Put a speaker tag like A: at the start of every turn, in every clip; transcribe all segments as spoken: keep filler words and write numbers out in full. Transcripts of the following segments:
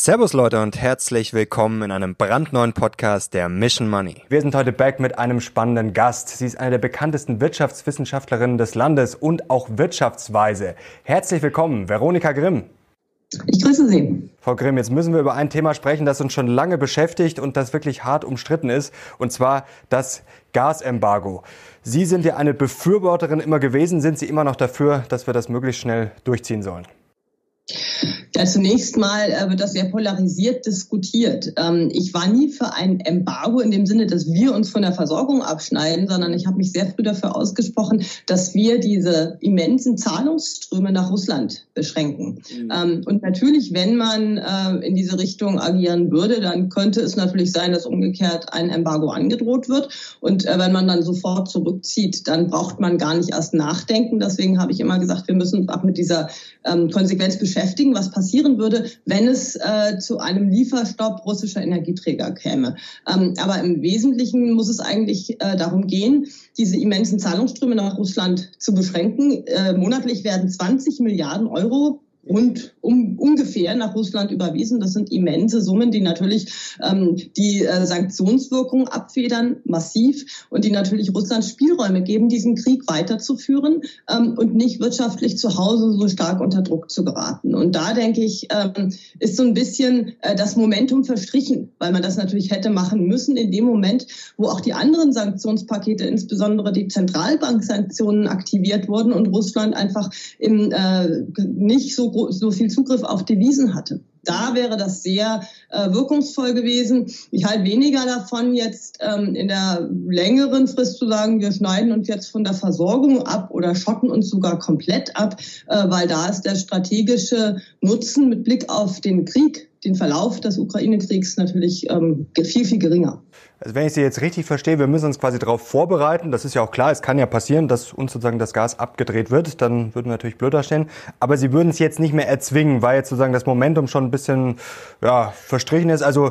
A: Servus Leute und herzlich willkommen in einem brandneuen Podcast der Mission Money. Wir sind heute back mit einem spannenden Gast. Sie ist eine der bekanntesten Wirtschaftswissenschaftlerinnen des Landes und auch wirtschaftsweise. Herzlich willkommen, Veronika Grimm.
B: Ich grüße Sie.
A: Frau Grimm, jetzt müssen wir über ein Thema sprechen, das uns schon lange beschäftigt und das wirklich hart umstritten ist, und zwar das Gasembargo. Sie sind ja eine Befürworterin immer gewesen. Sind Sie immer noch dafür, dass wir das möglichst schnell durchziehen sollen?
B: Ja, zunächst mal äh, wird das sehr polarisiert diskutiert. Ähm, ich war nie für ein Embargo in dem Sinne, dass wir uns von der Versorgung abschneiden, sondern ich habe mich sehr früh dafür ausgesprochen, dass wir diese immensen Zahlungsströme nach Russland beschränken. Mhm. Ähm, und natürlich, wenn man äh, in diese Richtung agieren würde, dann könnte es natürlich sein, dass umgekehrt ein Embargo angedroht wird. Und äh, wenn man dann sofort zurückzieht, dann braucht man gar nicht erst nachdenken. Deswegen habe ich immer gesagt, wir müssen uns auch mit dieser ähm, Konsequenz beschäftigen, was passiert passieren würde, wenn es äh, zu einem Lieferstopp russischer Energieträger käme. Ähm, aber im Wesentlichen muss es eigentlich äh, darum gehen, diese immensen Zahlungsströme nach Russland zu beschränken. Äh, monatlich werden zwanzig Milliarden Euro und um, ungefähr nach Russland überwiesen. Das sind immense Summen, die natürlich ähm, die äh, Sanktionswirkung abfedern, massiv, und die natürlich Russland Spielräume geben, diesen Krieg weiterzuführen ähm, und nicht wirtschaftlich zu Hause so stark unter Druck zu geraten. Und da, denke ich, ähm, ist so ein bisschen äh, das Momentum verstrichen, weil man das natürlich hätte machen müssen in dem Moment, wo auch die anderen Sanktionspakete, insbesondere die Zentralbanksanktionen, aktiviert wurden und Russland einfach im, äh, nicht so so viel Zugriff auf Devisen hatte. Da wäre das sehr äh, wirkungsvoll gewesen. Ich halte weniger davon, jetzt ähm, in der längeren Frist zu sagen, wir schneiden uns jetzt von der Versorgung ab oder schotten uns sogar komplett ab, äh, weil da ist der strategische Nutzen mit Blick auf den Krieg, den Verlauf des Ukraine-Kriegs natürlich ähm, viel, viel geringer.
A: Also wenn ich Sie jetzt richtig verstehe, wir müssen uns quasi darauf vorbereiten. Das ist ja auch klar, es kann ja passieren, dass uns sozusagen das Gas abgedreht wird. Dann würden wir natürlich blöder stehen. Aber Sie würden es jetzt nicht mehr erzwingen, weil jetzt sozusagen das Momentum schon ein bisschen ja, verstrichen ist. Also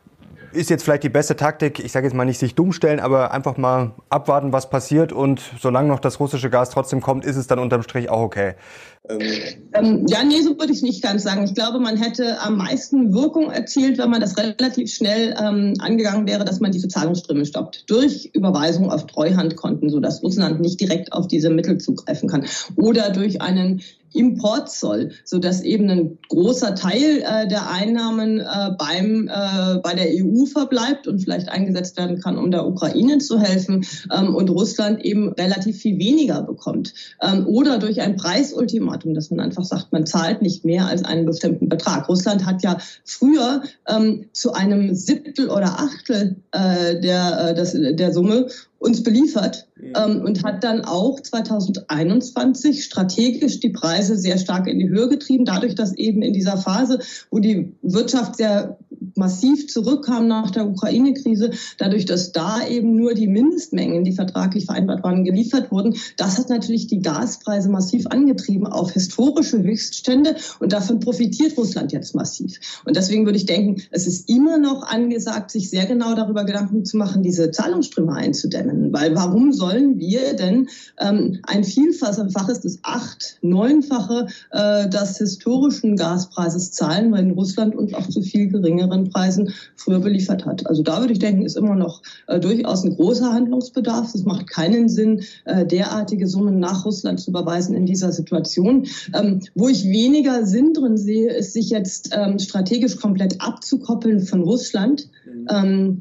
A: ist jetzt vielleicht die beste Taktik, ich sage jetzt mal nicht sich dumm stellen, aber einfach mal abwarten, was passiert. Und solange noch das russische Gas trotzdem kommt, ist es dann unterm Strich auch okay.
B: Ähm. Ähm, ja, nee, so würde ich nicht ganz sagen. Ich glaube, man hätte am meisten Wirkung erzielt, wenn man das relativ schnell ähm, angegangen wäre, dass man diese Zahlungsströme stoppt. Durch Überweisung auf Treuhandkonten, sodass Russland nicht direkt auf diese Mittel zugreifen kann. Oder durch einen Importzoll, so dass eben ein großer Teil äh, der Einnahmen äh, beim äh, bei der E U verbleibt und vielleicht eingesetzt werden kann, um der Ukraine zu helfen, ähm, und Russland eben relativ viel weniger bekommt. Ähm, oder durch ein Preisultimatum, dass man einfach sagt, man zahlt nicht mehr als einen bestimmten Betrag. Russland hat ja früher ähm, zu einem Siebtel oder Achtel äh, der, äh, des, der Summe uns beliefert ähm, und hat dann auch zweitausendeinundzwanzig strategisch die Preise sehr stark in die Höhe getrieben, dadurch, dass eben in dieser Phase, wo die Wirtschaft sehr massiv zurückkam nach der Ukraine-Krise, dadurch, dass da eben nur die Mindestmengen, die vertraglich vereinbart waren, geliefert wurden, das hat natürlich die Gaspreise massiv angetrieben auf historische Höchststände, und davon profitiert Russland jetzt massiv. Und deswegen würde ich denken, es ist immer noch angesagt, sich sehr genau darüber Gedanken zu machen, diese Zahlungsströme einzudämmen. Weil warum sollen wir denn ähm, ein Vielfaches, das acht-, neunfache äh, des historischen Gaspreises zahlen, weil Russland uns auch zu viel geringeren Preisen früher beliefert hat? Also da würde ich denken, ist immer noch äh, durchaus ein großer Handlungsbedarf. Es macht keinen Sinn, äh, derartige Summen nach Russland zu überweisen in dieser Situation. Ähm, wo ich weniger Sinn drin sehe, ist, sich jetzt ähm, strategisch komplett abzukoppeln von Russland. Mhm. Ähm,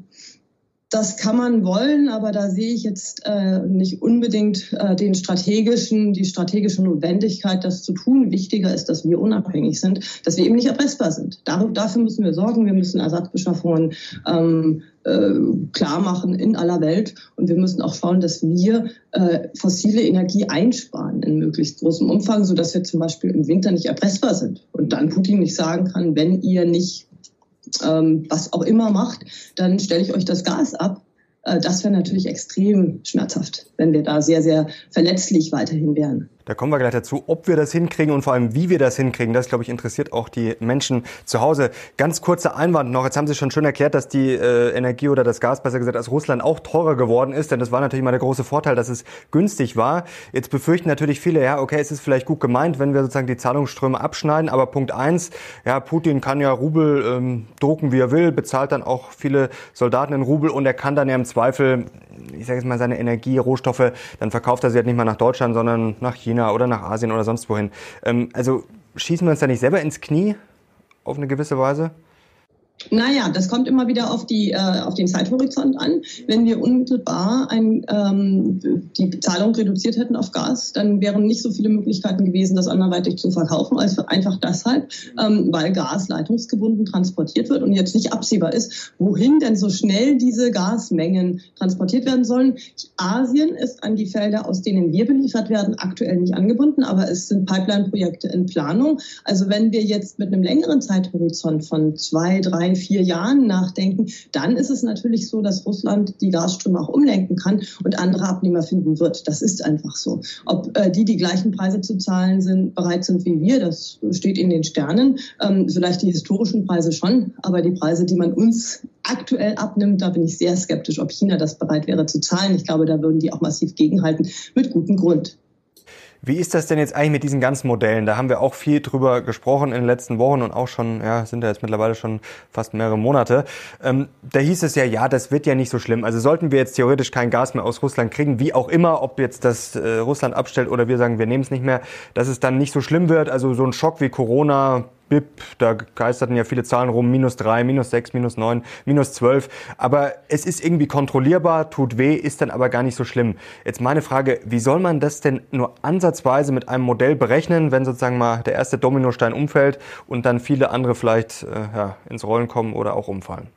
B: Das kann man wollen, aber da sehe ich jetzt äh, nicht unbedingt äh, den strategischen, die strategische Notwendigkeit, das zu tun. Wichtiger ist, dass wir unabhängig sind, dass wir eben nicht erpressbar sind. Dar- dafür müssen wir sorgen. Wir müssen Ersatzbeschaffungen ähm, äh, klar machen in aller Welt. Und wir müssen auch schauen, dass wir äh, fossile Energie einsparen in möglichst großem Umfang, sodass wir zum Beispiel im Winter nicht erpressbar sind. Und dann Putin nicht sagen kann, wenn ihr nicht Ähm, was auch immer macht, dann stelle ich euch das Gas ab. Äh, das wäre natürlich extrem schmerzhaft, wenn wir da sehr, sehr verletzlich weiterhin wären.
A: Da kommen wir gleich dazu, ob wir das hinkriegen und vor allem, wie wir das hinkriegen. Das, glaube ich, interessiert auch die Menschen zu Hause. Ganz kurzer Einwand noch. Jetzt haben Sie schon schön erklärt, dass die äh, Energie oder das Gas, besser gesagt, aus Russland auch teurer geworden ist. Denn das war natürlich mal der große Vorteil, dass es günstig war. Jetzt befürchten natürlich viele, ja, okay, es ist vielleicht gut gemeint, wenn wir sozusagen die Zahlungsströme abschneiden. Aber Punkt eins, ja, Putin kann ja Rubel ähm, drucken, wie er will, bezahlt dann auch viele Soldaten in Rubel und er kann dann ja im Zweifel, ich sage jetzt mal, seine Energie, Rohstoffe, dann verkauft er sie halt nicht mal nach Deutschland, sondern nach China oder nach Asien oder sonst wohin. Ähm, also schießen wir uns da nicht selber ins Knie auf eine gewisse Weise?
B: Naja, das kommt immer wieder auf die äh, auf den Zeithorizont an. Wenn wir unmittelbar ein, ähm, die Zahlung reduziert hätten auf Gas, dann wären nicht so viele Möglichkeiten gewesen, das anderweitig zu verkaufen, als einfach deshalb, ähm, weil Gas leitungsgebunden transportiert wird und jetzt nicht absehbar ist, wohin denn so schnell diese Gasmengen transportiert werden sollen. Asien ist an die Felder, aus denen wir beliefert werden, aktuell nicht angebunden, aber es sind Pipeline-Projekte in Planung. Also wenn wir jetzt mit einem längeren Zeithorizont von zwei, drei, vier Jahren nachdenken, dann ist es natürlich so, dass Russland die Gasströme auch umlenken kann und andere Abnehmer finden wird. Das ist einfach so. Ob äh, die die gleichen Preise zu zahlen sind, bereit sind wie wir, das steht in den Sternen. Ähm, vielleicht die historischen Preise schon, aber die Preise, die man uns aktuell abnimmt, da bin ich sehr skeptisch, ob China das bereit wäre zu zahlen. Ich glaube, da würden die auch massiv gegenhalten, mit gutem Grund.
A: Wie ist das denn jetzt eigentlich mit diesen ganzen Modellen? Da haben wir auch viel drüber gesprochen in den letzten Wochen und auch schon, ja, sind da jetzt mittlerweile schon fast mehrere Monate. Ähm, da hieß es ja, ja, das wird ja nicht so schlimm. Also sollten wir jetzt theoretisch kein Gas mehr aus Russland kriegen, wie auch immer, ob jetzt das äh, Russland abstellt oder wir sagen, wir nehmen es nicht mehr, dass es dann nicht so schlimm wird. Also so ein Schock wie Corona, B I P, da geisterten ja viele Zahlen rum, minus drei, minus sechs, minus neun, minus zwölf. Aber es ist irgendwie kontrollierbar, tut weh, ist dann aber gar nicht so schlimm. Jetzt meine Frage, wie soll man das denn nur ansatzweise mit einem Modell berechnen, wenn sozusagen mal der erste Dominostein umfällt und dann viele andere vielleicht äh, ja, ins Rollen kommen oder auch umfallen?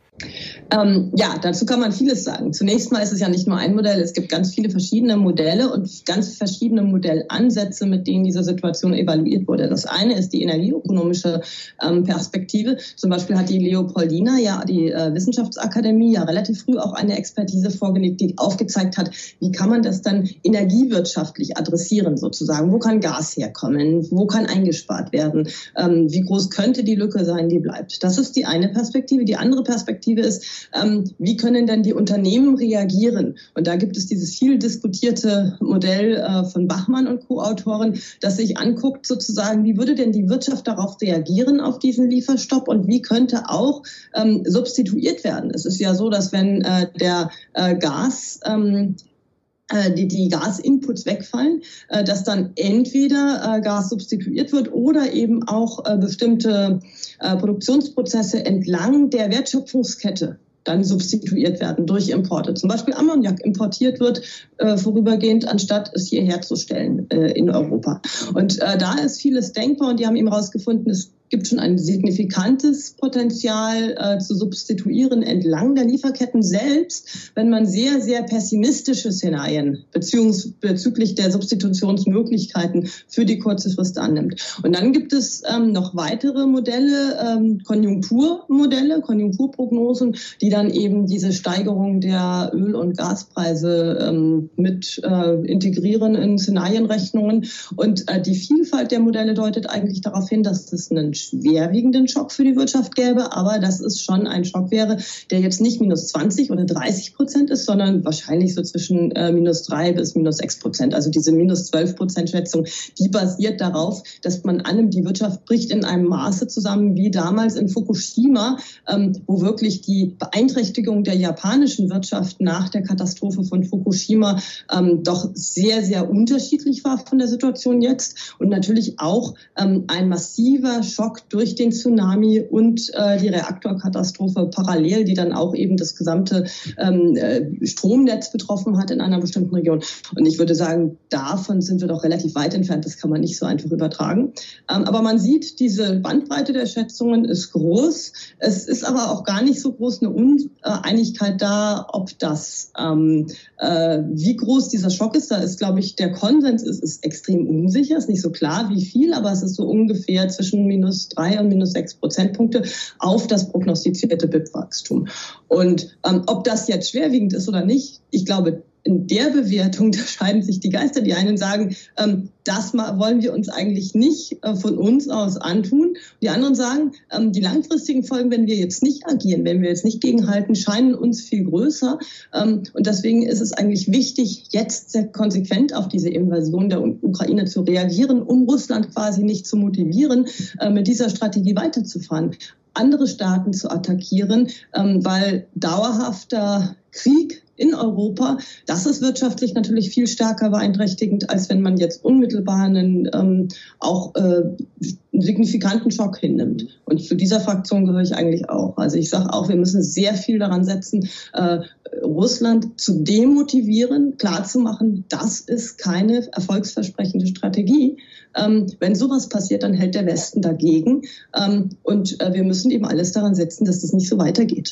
B: Ähm, ja, dazu kann man vieles sagen. Zunächst mal ist es ja nicht nur ein Modell, es gibt ganz viele verschiedene Modelle und ganz verschiedene Modellansätze, mit denen diese Situation evaluiert wurde. Das eine ist die energieökonomische ähm, Perspektive. Zum Beispiel hat die Leopoldina, ja die äh, Wissenschaftsakademie, ja relativ früh auch eine Expertise vorgelegt, die aufgezeigt hat, wie kann man das dann energiewirtschaftlich adressieren sozusagen. Wo kann Gas herkommen? Wo kann eingespart werden? Ähm, wie groß könnte die Lücke sein, die bleibt? Das ist die eine Perspektive. Die andere Perspektive ist, ähm, wie können denn die Unternehmen reagieren? Und da gibt es dieses viel diskutierte Modell äh, von Bachmann und Co-Autoren, das sich anguckt sozusagen, wie würde denn die Wirtschaft darauf reagieren, auf diesen Lieferstopp und wie könnte auch ähm, substituiert werden? Es ist ja so, dass wenn äh, der äh, Gas ähm, Die, die Gasinputs wegfallen, dass dann entweder Gas substituiert wird oder eben auch bestimmte Produktionsprozesse entlang der Wertschöpfungskette dann substituiert werden durch Importe. Zum Beispiel Ammoniak importiert wird äh, vorübergehend, anstatt es hier herzustellen äh, in Europa. Und äh, da ist vieles denkbar und die haben eben herausgefunden, es gibt schon ein signifikantes Potenzial äh, zu substituieren entlang der Lieferketten, selbst wenn man sehr, sehr pessimistische Szenarien beziehungs- bezüglich der Substitutionsmöglichkeiten für die kurze Frist annimmt. Und dann gibt es ähm, noch weitere Modelle, ähm, Konjunkturmodelle, Konjunkturprognosen, die dann eben diese Steigerung der Öl- und Gaspreise ähm, mit äh, integrieren in Szenarienrechnungen. Und äh, die Vielfalt der Modelle deutet eigentlich darauf hin, dass das einen schwerwiegenden Schock für die Wirtschaft gäbe, aber dass es schon ein Schock wäre, der jetzt nicht minus zwanzig oder dreißig Prozent ist, sondern wahrscheinlich so zwischen äh, minus drei bis minus sechs Prozent. Also diese minus zwölf Prozent Schätzung, die basiert darauf, dass man annimmt, die Wirtschaft bricht in einem Maße zusammen wie damals in Fukushima, ähm, wo wirklich die Beeinträchtigung der japanischen Wirtschaft nach der Katastrophe von Fukushima ähm, doch sehr, sehr unterschiedlich war von der Situation jetzt und natürlich auch ähm, ein massiver Schock durch den Tsunami und äh, die Reaktorkatastrophe parallel, die dann auch eben das gesamte ähm, Stromnetz betroffen hat in einer bestimmten Region. Und ich würde sagen, davon sind wir doch relativ weit entfernt. Das kann man nicht so einfach übertragen. Ähm, aber man sieht, diese Bandbreite der Schätzungen ist groß. Es ist aber auch gar nicht so groß eine Uneinigkeit da, ob das, ähm, äh, wie groß dieser Schock ist. Da ist, glaube ich, der Konsens ist, ist extrem unsicher. Ist nicht so klar, wie viel, aber es ist so ungefähr zwischen minus drei und minus sechs Prozentpunkte auf das prognostizierte B I P-Wachstum. Und ähm, ob das jetzt schwerwiegend ist oder nicht, ich glaube, in der Bewertung, da scheiden sich die Geister. Die einen sagen, ähm, das wollen wir uns eigentlich nicht äh, von uns aus antun. Die anderen sagen, ähm, die langfristigen Folgen, wenn wir jetzt nicht agieren, wenn wir jetzt nicht gegenhalten, scheinen uns viel größer. Ähm, und deswegen ist es eigentlich wichtig, jetzt sehr konsequent auf diese Invasion der Ukraine zu reagieren, um Russland quasi nicht zu motivieren, äh, mit dieser Strategie weiterzufahren, andere Staaten zu attackieren, ähm, weil dauerhafter Krieg in Europa, das ist wirtschaftlich natürlich viel stärker beeinträchtigend, als wenn man jetzt unmittelbar einen ähm, auch äh, signifikanten Schock hinnimmt. Und zu dieser Fraktion gehöre ich eigentlich auch. Also ich sage auch, wir müssen sehr viel daran setzen, äh, Russland zu demotivieren, klarzumachen, das ist keine erfolgsversprechende Strategie. Ähm, wenn sowas passiert, dann hält der Westen dagegen. Ähm, und äh, wir müssen eben alles daran setzen, dass das nicht so weitergeht.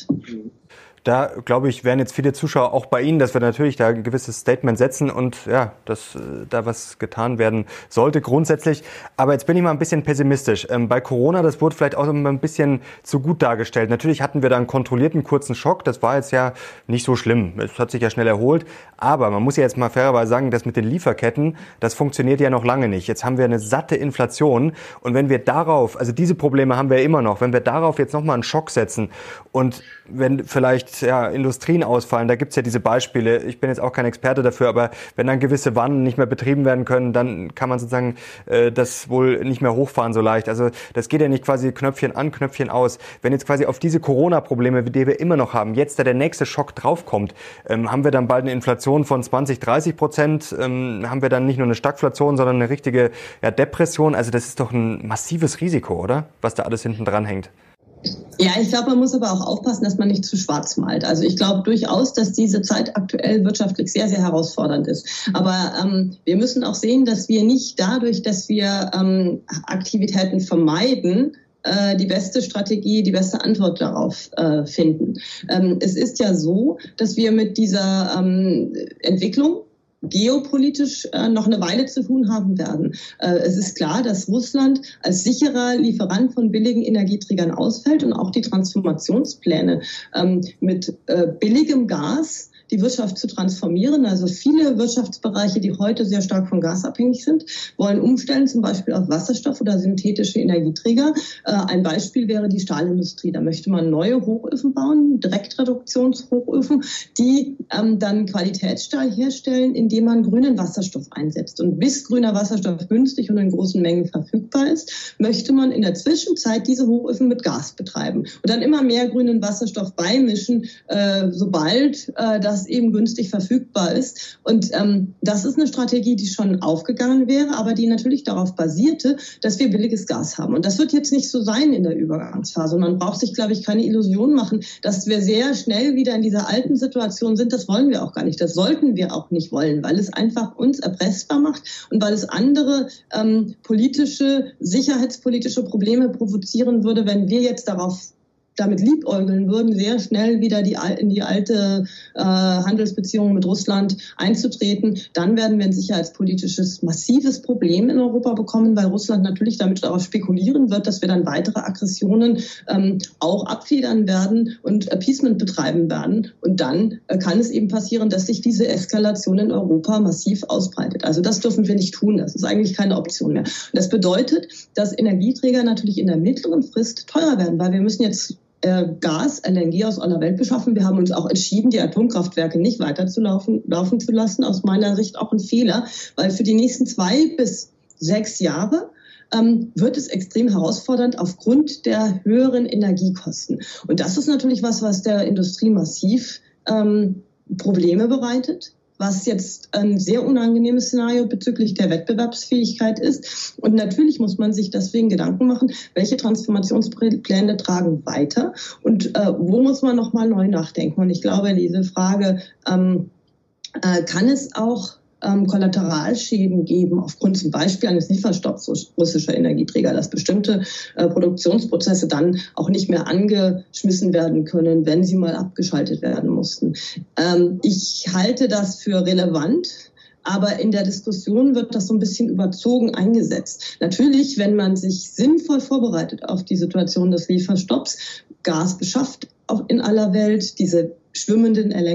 A: Da, glaube ich, wären jetzt viele Zuschauer auch bei Ihnen, dass wir natürlich da ein gewisses Statement setzen und ja, dass äh, da was getan werden sollte grundsätzlich. Aber jetzt bin ich mal ein bisschen pessimistisch. Ähm, bei Corona, das wurde vielleicht auch immer ein bisschen zu gut dargestellt. Natürlich hatten wir da einen kontrollierten kurzen Schock. Das war jetzt ja nicht so schlimm. Es hat sich ja schnell erholt. Aber man muss ja jetzt mal fairerweise sagen, das mit den Lieferketten, das funktioniert ja noch lange nicht. Jetzt haben wir eine satte Inflation. Und wenn wir darauf, also diese Probleme haben wir ja immer noch, wenn wir darauf jetzt nochmal einen Schock setzen und wenn vielleicht ja, Industrien ausfallen, da gibt's ja diese Beispiele, ich bin jetzt auch kein Experte dafür, aber wenn dann gewisse Wannen nicht mehr betrieben werden können, dann kann man sozusagen äh, das wohl nicht mehr hochfahren so leicht. Also das geht ja nicht quasi Knöpfchen an, Knöpfchen aus. Wenn jetzt quasi auf diese Corona-Probleme, die wir immer noch haben, jetzt da der nächste Schock draufkommt, ähm, haben wir dann bald eine Inflation von zwanzig, dreißig Prozent, ähm, haben wir dann nicht nur eine Stagflation, sondern eine richtige ja, Depression. Also das ist doch ein massives Risiko, oder? Was da alles hinten dran hängt.
B: Ja, ich glaube, man muss aber auch aufpassen, dass man nicht zu schwarz malt. Also ich glaube durchaus, dass diese Zeit aktuell wirtschaftlich sehr, sehr herausfordernd ist. Aber ähm, wir müssen auch sehen, dass wir nicht dadurch, dass wir ähm, Aktivitäten vermeiden, äh, die beste Strategie, die beste Antwort darauf äh, finden. Ähm, es ist ja so, dass wir mit dieser ähm, Entwicklung geopolitisch äh, noch eine Weile zu tun haben werden. Äh, es ist klar, dass Russland als sicherer Lieferant von billigen Energieträgern ausfällt und auch die Transformationspläne ähm, mit äh, billigem Gas die Wirtschaft zu transformieren. Also viele Wirtschaftsbereiche, die heute sehr stark von Gas abhängig sind, wollen umstellen, zum Beispiel auf Wasserstoff oder synthetische Energieträger. Äh, ein Beispiel wäre die Stahlindustrie. Da möchte man neue Hochöfen bauen, Direktreduktionshochöfen, die ähm, dann Qualitätsstahl herstellen, indem man grünen Wasserstoff einsetzt. Und bis grüner Wasserstoff günstig und in großen Mengen verfügbar ist, möchte man in der Zwischenzeit diese Hochöfen mit Gas betreiben und dann immer mehr grünen Wasserstoff beimischen, äh, sobald äh, das eben günstig verfügbar ist. Und ähm, das ist eine Strategie, die schon aufgegangen wäre, aber die natürlich darauf basierte, dass wir billiges Gas haben. Und das wird jetzt nicht so sein in der Übergangsphase. Und man braucht sich, glaube ich, keine Illusion machen, dass wir sehr schnell wieder in dieser alten Situation sind. Das wollen wir auch gar nicht. Das sollten wir auch nicht wollen, weil es einfach uns erpressbar macht und weil es andere ähm, politische, sicherheitspolitische Probleme provozieren würde, wenn wir jetzt darauf damit liebäugeln würden, sehr schnell wieder die, in die alte äh, Handelsbeziehung mit Russland einzutreten, dann werden wir ein sicherheitspolitisches massives Problem in Europa bekommen, weil Russland natürlich damit darauf spekulieren wird, dass wir dann weitere Aggressionen ähm, auch abfedern werden und Appeasement betreiben werden. Und dann äh, kann es eben passieren, dass sich diese Eskalation in Europa massiv ausbreitet. Also das dürfen wir nicht tun. Das ist eigentlich keine Option mehr. Und das bedeutet, dass Energieträger natürlich in der mittleren Frist teurer werden, weil wir müssen jetzt Gas, L N G aus aller Welt beschaffen. Wir haben uns auch entschieden, die Atomkraftwerke nicht weiter zu laufen, laufen zu lassen. Aus meiner Sicht auch ein Fehler, weil für die nächsten zwei bis sechs Jahre ähm, wird es extrem herausfordernd aufgrund der höheren Energiekosten. Und das ist natürlich was, was der Industrie massiv ähm, Probleme bereitet, was jetzt ein sehr unangenehmes Szenario bezüglich der Wettbewerbsfähigkeit ist. Und natürlich muss man sich deswegen Gedanken machen, welche Transformationspläne tragen weiter und äh, wo muss man nochmal neu nachdenken. Und ich glaube, diese Frage, ähm, äh, kann es auch ähm, Kollateralschäden geben, aufgrund zum Beispiel eines Lieferstopps russischer Energieträger, dass bestimmte äh, Produktionsprozesse dann auch nicht mehr angeschmissen werden können, wenn sie mal abgeschaltet werden mussten. Ähm, ich halte das für relevant. Aber in der Diskussion wird das so ein bisschen überzogen eingesetzt. Natürlich, wenn man sich sinnvoll vorbereitet auf die Situation des Lieferstopps, Gas beschafft in aller Welt, diese schwimmenden L N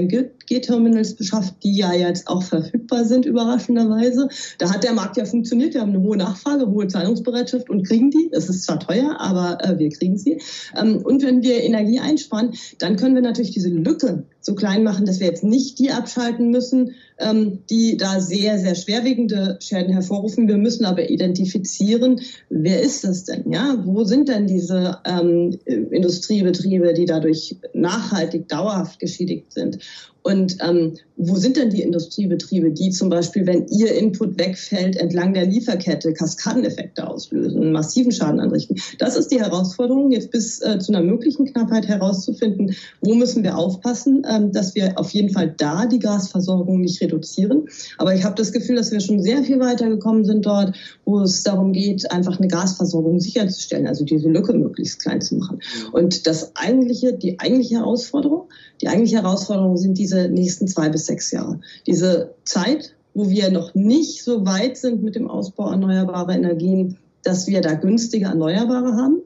B: L N G-Terminals beschafft, die ja jetzt auch verfügbar sind, überraschenderweise. Da hat der Markt ja funktioniert. Wir haben eine hohe Nachfrage, hohe Zahlungsbereitschaft und kriegen die. Es ist zwar teuer, aber äh, wir kriegen sie. Ähm, und wenn wir Energie einsparen, dann können wir natürlich diese Lücke so klein machen, dass wir jetzt nicht die abschalten müssen, ähm, die da sehr, sehr schwerwiegende Schäden hervorrufen. Wir müssen aber identifizieren, wer ist das denn? Ja, wo sind denn diese ähm, Industriebetriebe, die dadurch nachhaltig, dauerhaft geschädigt sind? Und ähm, wo sind denn die Industriebetriebe, die zum Beispiel, wenn ihr Input wegfällt, entlang der Lieferkette Kaskadeneffekte auslösen, massiven Schaden anrichten? Das ist die Herausforderung, jetzt bis äh, zu einer möglichen Knappheit herauszufinden, wo müssen wir aufpassen, ähm, dass wir auf jeden Fall da die Gasversorgung nicht reduzieren. Aber ich habe das Gefühl, dass wir schon sehr viel weitergekommen sind dort, wo es darum geht, einfach eine Gasversorgung sicherzustellen, also diese Lücke möglichst klein zu machen. Und das eigentliche, die eigentliche Herausforderung, die eigentliche Herausforderung sind diese nächsten zwei bis sechs Jahre. Diese Zeit, wo wir noch nicht so weit sind mit dem Ausbau erneuerbarer Energien, dass wir da günstige Erneuerbare haben,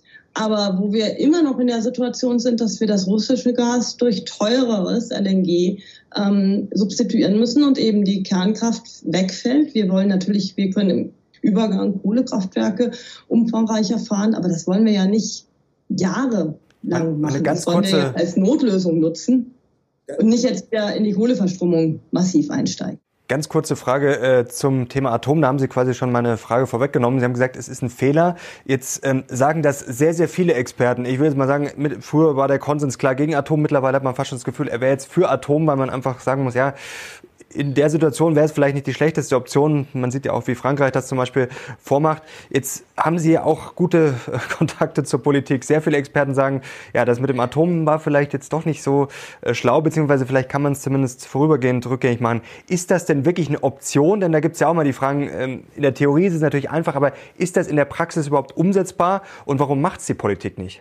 B: aber wo wir immer noch in der Situation sind, dass wir das russische Gas durch teureres L N G ähm, substituieren müssen und eben die Kernkraft wegfällt. Wir wollen natürlich, wir können im Übergang Kohlekraftwerke umfangreicher fahren, aber das wollen wir ja nicht Jahre lang machen.
A: Eine ganz
B: das wollen
A: kurze...
B: wir ja als Notlösung nutzen und nicht jetzt wieder in die Kohleverstromung massiv einsteigen.
A: Ganz kurze Frage äh, zum Thema Atom. Da haben Sie quasi schon meine Frage vorweggenommen. Sie haben gesagt, es ist ein Fehler. Jetzt ähm, sagen das sehr, sehr viele Experten. Ich will jetzt mal sagen, mit, früher war der Konsens klar gegen Atom. Mittlerweile hat man fast schon das Gefühl, er wäre jetzt für Atom, weil man einfach sagen muss, ja, in der Situation wäre es vielleicht nicht die schlechteste Option. Man sieht ja auch, wie Frankreich das zum Beispiel vormacht. Jetzt haben Sie ja auch gute Kontakte zur Politik. Sehr viele Experten sagen, ja, das mit dem Atom war vielleicht jetzt doch nicht so äh, schlau, beziehungsweise vielleicht kann man es zumindest vorübergehend rückgängig machen. Ist das denn wirklich eine Option? Denn da gibt es ja auch mal die Fragen, ähm, in der Theorie ist es natürlich einfach, aber ist das in der Praxis überhaupt umsetzbar? Und warum macht es die Politik nicht?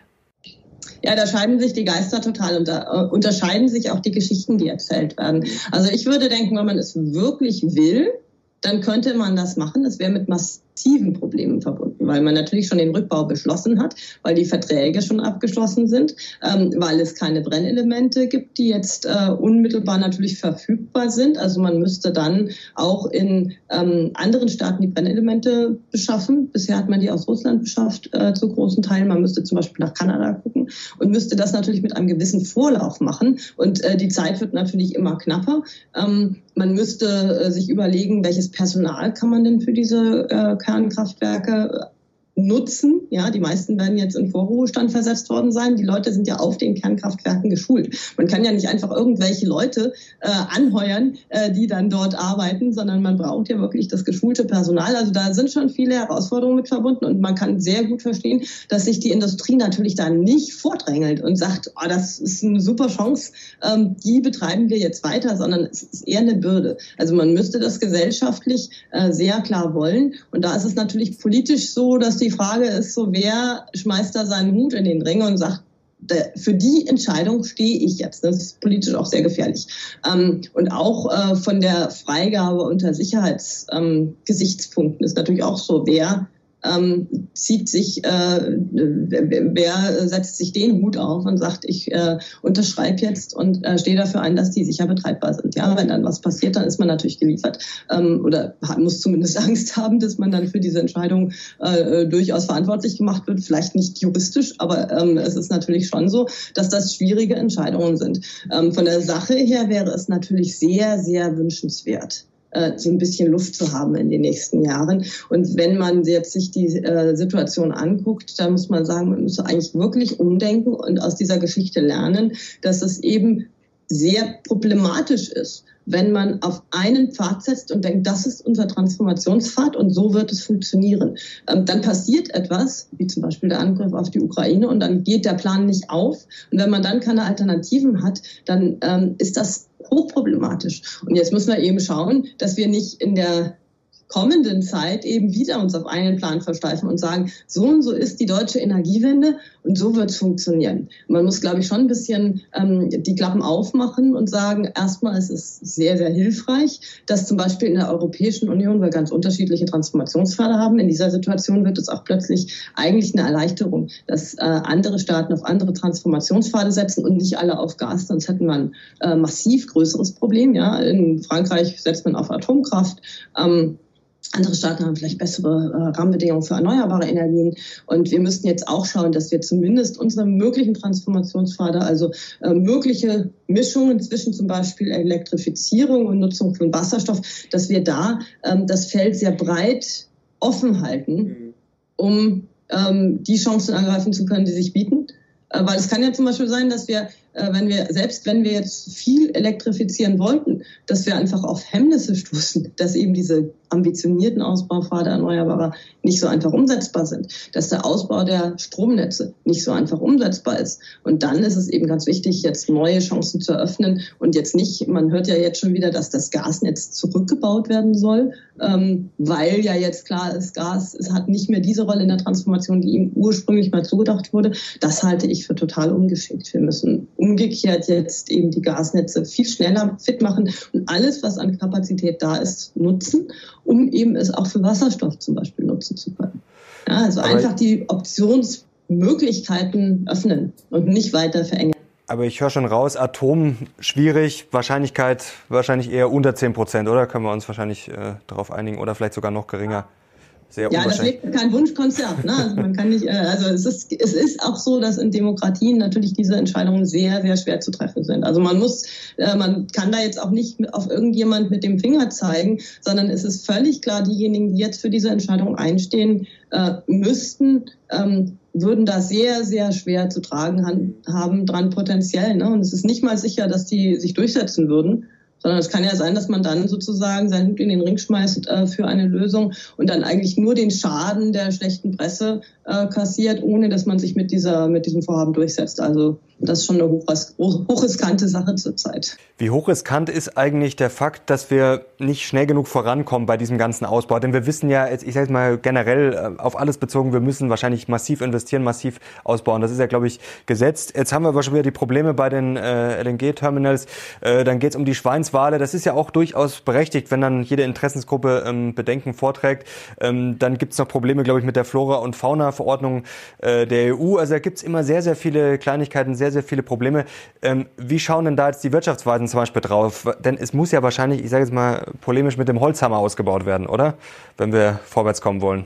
B: Ja, da scheiden sich die Geister total und da äh, unterscheiden sich auch die Geschichten, die erzählt werden. Also ich würde denken, wenn man es wirklich will, dann könnte man das machen. Das wäre mit massiven Problemen verbunden, weil man natürlich schon den Rückbau beschlossen hat, weil die Verträge schon abgeschlossen sind, ähm, weil es keine Brennelemente gibt, die jetzt äh, unmittelbar natürlich verfügbar sind. Also man müsste dann auch in ähm, anderen Staaten die Brennelemente beschaffen. Bisher hat man die aus Russland beschafft, äh, zu großen Teilen. Man müsste zum Beispiel nach Kanada gucken und müsste das natürlich mit einem gewissen Vorlauf machen. Und äh, die Zeit wird natürlich immer knapper. Ähm, man müsste äh, sich überlegen, welches Personal kann man denn für diese äh, Kernkraftwerke nutzen. Ja, die meisten werden jetzt in Vorruhestand versetzt worden sein. Die Leute sind ja auf den Kernkraftwerken geschult. Man kann ja nicht einfach irgendwelche Leute äh, anheuern, äh, die dann dort arbeiten, sondern man braucht ja wirklich das geschulte Personal. Also da sind schon viele Herausforderungen mit verbunden und man kann sehr gut verstehen, dass sich die Industrie natürlich da nicht vordrängelt und sagt, oh, das ist eine super Chance, ähm, die betreiben wir jetzt weiter, sondern es ist eher eine Bürde. Also man müsste das gesellschaftlich äh, sehr klar wollen. Und da ist es natürlich politisch so, dass die Frage ist so, wer schmeißt da seinen Hut in den Ring und sagt, für die Entscheidung stehe ich jetzt. Das ist politisch auch sehr gefährlich. Und auch von der Freigabe unter Sicherheitsgesichtspunkten ist natürlich auch so, wer ähm, zieht sich, äh, wer setzt sich den Hut auf und sagt, ich äh, unterschreibe jetzt und äh, stehe dafür ein, dass die sicher betreibbar sind. Ja, wenn dann was passiert, dann ist man natürlich geliefert ähm, oder hat, muss zumindest Angst haben, dass man dann für diese Entscheidung äh, durchaus verantwortlich gemacht wird. Vielleicht nicht juristisch, aber ähm, es ist natürlich schon so, dass das schwierige Entscheidungen sind. Ähm, von der Sache her wäre es natürlich sehr, sehr wünschenswert, so ein bisschen Luft zu haben in den nächsten Jahren. Und wenn man jetzt sich die äh, Situation anguckt, dann muss man sagen, man muss eigentlich wirklich umdenken und aus dieser Geschichte lernen, dass es eben sehr problematisch ist, wenn man auf einen Pfad setzt und denkt, das ist unser Transformationspfad und so wird es funktionieren. Ähm, dann passiert etwas, wie zum Beispiel der Angriff auf die Ukraine, und dann geht der Plan nicht auf. Und wenn man dann keine Alternativen hat, dann ähm, ist das hochproblematisch. Und jetzt müssen wir eben schauen, dass wir nicht in der kommenden Zeit eben wieder uns auf einen Plan versteifen und sagen, so und so ist die deutsche Energiewende und so wird es funktionieren. Man muss, glaube ich, schon ein bisschen ähm, die Klappen aufmachen und sagen, erstmal ist es sehr, sehr hilfreich, dass zum Beispiel in der Europäischen Union wir ganz unterschiedliche Transformationspfade haben. In dieser Situation wird es auch plötzlich eigentlich eine Erleichterung, dass äh, andere Staaten auf andere Transformationspfade setzen und nicht alle auf Gas, sonst hätten wir ein äh, massiv größeres Problem. Ja? In Frankreich setzt man auf Atomkraft. Ähm, Andere Staaten haben vielleicht bessere äh, Rahmenbedingungen für erneuerbare Energien. Und wir müssten jetzt auch schauen, dass wir zumindest unsere möglichen Transformationspfade, also äh, mögliche Mischungen zwischen zum Beispiel Elektrifizierung und Nutzung von Wasserstoff, dass wir da ähm, das Feld sehr breit offen halten, um ähm, die Chancen ergreifen zu können, die sich bieten. Äh, weil es kann ja zum Beispiel sein, dass wir, äh, wenn wir, selbst wenn wir jetzt viel elektrifizieren wollten, dass wir einfach auf Hemmnisse stoßen, dass eben diese ambitionierten Ausbaupfade erneuerbarer nicht so einfach umsetzbar sind, dass der Ausbau der Stromnetze nicht so einfach umsetzbar ist. Und dann ist es eben ganz wichtig, jetzt neue Chancen zu eröffnen und jetzt nicht, man hört ja jetzt schon wieder, dass das Gasnetz zurückgebaut werden soll, ähm, weil ja jetzt klar ist, Gas es hat nicht mehr diese Rolle in der Transformation, die ihm ursprünglich mal zugedacht wurde. Das halte ich für total ungeschickt. Wir müssen umgekehrt jetzt eben die Gasnetze viel schneller fit machen und alles, was an Kapazität da ist, nutzen, um eben es auch für Wasserstoff zum Beispiel nutzen zu können. Ja, also aber einfach die Optionsmöglichkeiten öffnen und nicht weiter verengen.
A: Aber ich höre schon raus, Atom schwierig, Wahrscheinlichkeit wahrscheinlich eher unter zehn Prozent, oder? Können wir uns wahrscheinlich äh, darauf einigen oder vielleicht sogar noch geringer? Sehr
B: ja, das lebt kein Wunschkonzert. Ne? Also man kann nicht, also es ist, es ist auch so, dass in Demokratien natürlich diese Entscheidungen sehr, sehr schwer zu treffen sind. Also man muss, man kann da jetzt auch nicht auf irgendjemand mit dem Finger zeigen, sondern es ist völlig klar, diejenigen, die jetzt für diese Entscheidung einstehen äh, müssten, ähm, würden da sehr, sehr schwer zu tragen haben dran potenziell. Ne? Und es ist nicht mal sicher, dass die sich durchsetzen würden. Sondern es kann ja sein, dass man dann sozusagen seinen Hut in den Ring schmeißt äh, für eine Lösung und dann eigentlich nur den Schaden der schlechten Presse äh, kassiert, ohne dass man sich mit dieser mit diesem Vorhaben durchsetzt. Also das ist schon eine hochris- hochriskante Sache zurzeit.
A: Wie hochriskant ist eigentlich der Fakt, dass wir nicht schnell genug vorankommen bei diesem ganzen Ausbau? Denn wir wissen ja, ich sage mal generell auf alles bezogen, wir müssen wahrscheinlich massiv investieren, massiv ausbauen. Das ist ja, glaube ich, gesetzt. Jetzt haben wir aber schon wieder die Probleme bei den äh, L N G-Terminals. Äh, dann geht es um die Schweinswale. Das ist ja auch durchaus berechtigt, wenn dann jede Interessensgruppe ähm, Bedenken vorträgt. Ähm, dann gibt es noch Probleme, glaube ich, mit der Flora- und Fauna-Verordnung äh, der E U. Also da gibt es immer sehr, sehr viele Kleinigkeiten, sehr, sehr viele Probleme. Ähm, wie schauen denn da jetzt die Wirtschaftsweisen zum Beispiel drauf? Denn es muss ja wahrscheinlich, ich sage jetzt mal polemisch, mit dem Holzhammer ausgebaut werden, oder? Wenn wir vorwärts kommen wollen.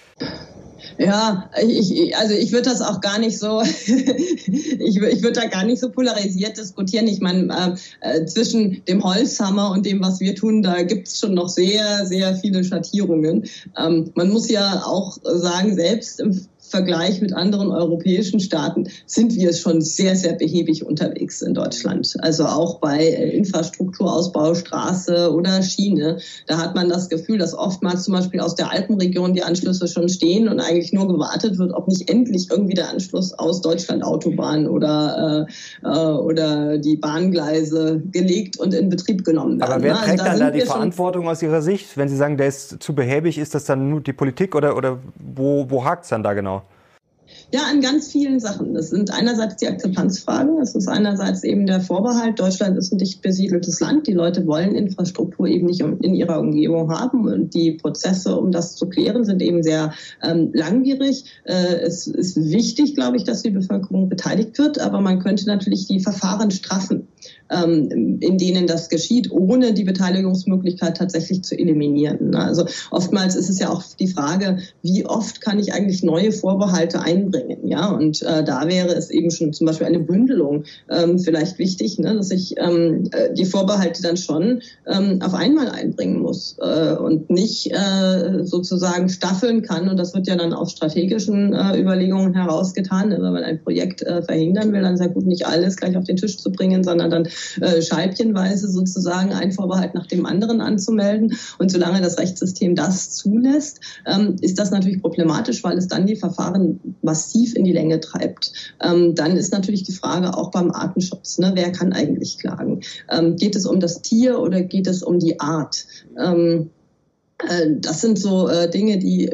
B: Ja, ich, also ich würde das auch gar nicht so, ich, ich würde da gar nicht so polarisiert diskutieren. Ich meine, äh, zwischen dem Holzhammer und dem, was wir tun, da gibt es schon noch sehr, sehr viele Schattierungen. Ähm, man muss ja auch sagen, selbst im Vergleich mit anderen europäischen Staaten sind wir schon sehr, sehr behäbig unterwegs in Deutschland. Also auch bei Infrastrukturausbau, Straße oder Schiene. Da hat man das Gefühl, dass oftmals zum Beispiel aus der Alpenregion die Anschlüsse schon stehen und eigentlich nur gewartet wird, ob nicht endlich irgendwie der Anschluss aus Deutschland Autobahn oder, äh, oder die Bahngleise gelegt und in Betrieb genommen werden.
A: Aber wer trägt also da dann da die Verantwortung aus Ihrer Sicht? Wenn Sie sagen, der ist zu behäbig, ist das dann nur die Politik oder, oder wo, wo hakt es dann da genau?
B: Ja, an ganz vielen Sachen. Das sind einerseits die Akzeptanzfragen, es ist einerseits eben der Vorbehalt, Deutschland ist ein dicht besiedeltes Land, die Leute wollen Infrastruktur eben nicht in ihrer Umgebung haben und die Prozesse, um das zu klären, sind eben sehr ähm, langwierig. Äh, es ist wichtig, glaube ich, dass die Bevölkerung beteiligt wird, aber man könnte natürlich die Verfahren straffen, ähm, in denen das geschieht, ohne die Beteiligungsmöglichkeit tatsächlich zu eliminieren. Also oftmals ist es ja auch die Frage, wie oft kann ich eigentlich neue Vorbehalte einbringen? Ja, und äh, da wäre es eben schon zum Beispiel eine Bündelung ähm, vielleicht wichtig, ne, dass ich ähm, die Vorbehalte dann schon ähm, auf einmal einbringen muss äh, und nicht äh, sozusagen staffeln kann. Und das wird ja dann aus strategischen äh, Überlegungen herausgetan. Wenn man ein Projekt äh, verhindern will, dann sehr gut nicht alles gleich auf den Tisch zu bringen, sondern dann äh, scheibchenweise sozusagen einen Vorbehalt nach dem anderen anzumelden. Und solange das Rechtssystem das zulässt, ähm, ist das natürlich problematisch, weil es dann die Verfahren massiv in die Länge treibt. Ähm, dann ist natürlich die Frage auch beim Artenschutz, ne, wer kann eigentlich klagen? Ähm, geht es um das Tier oder geht es um die Art? Ähm, Äh, das sind so äh, Dinge, die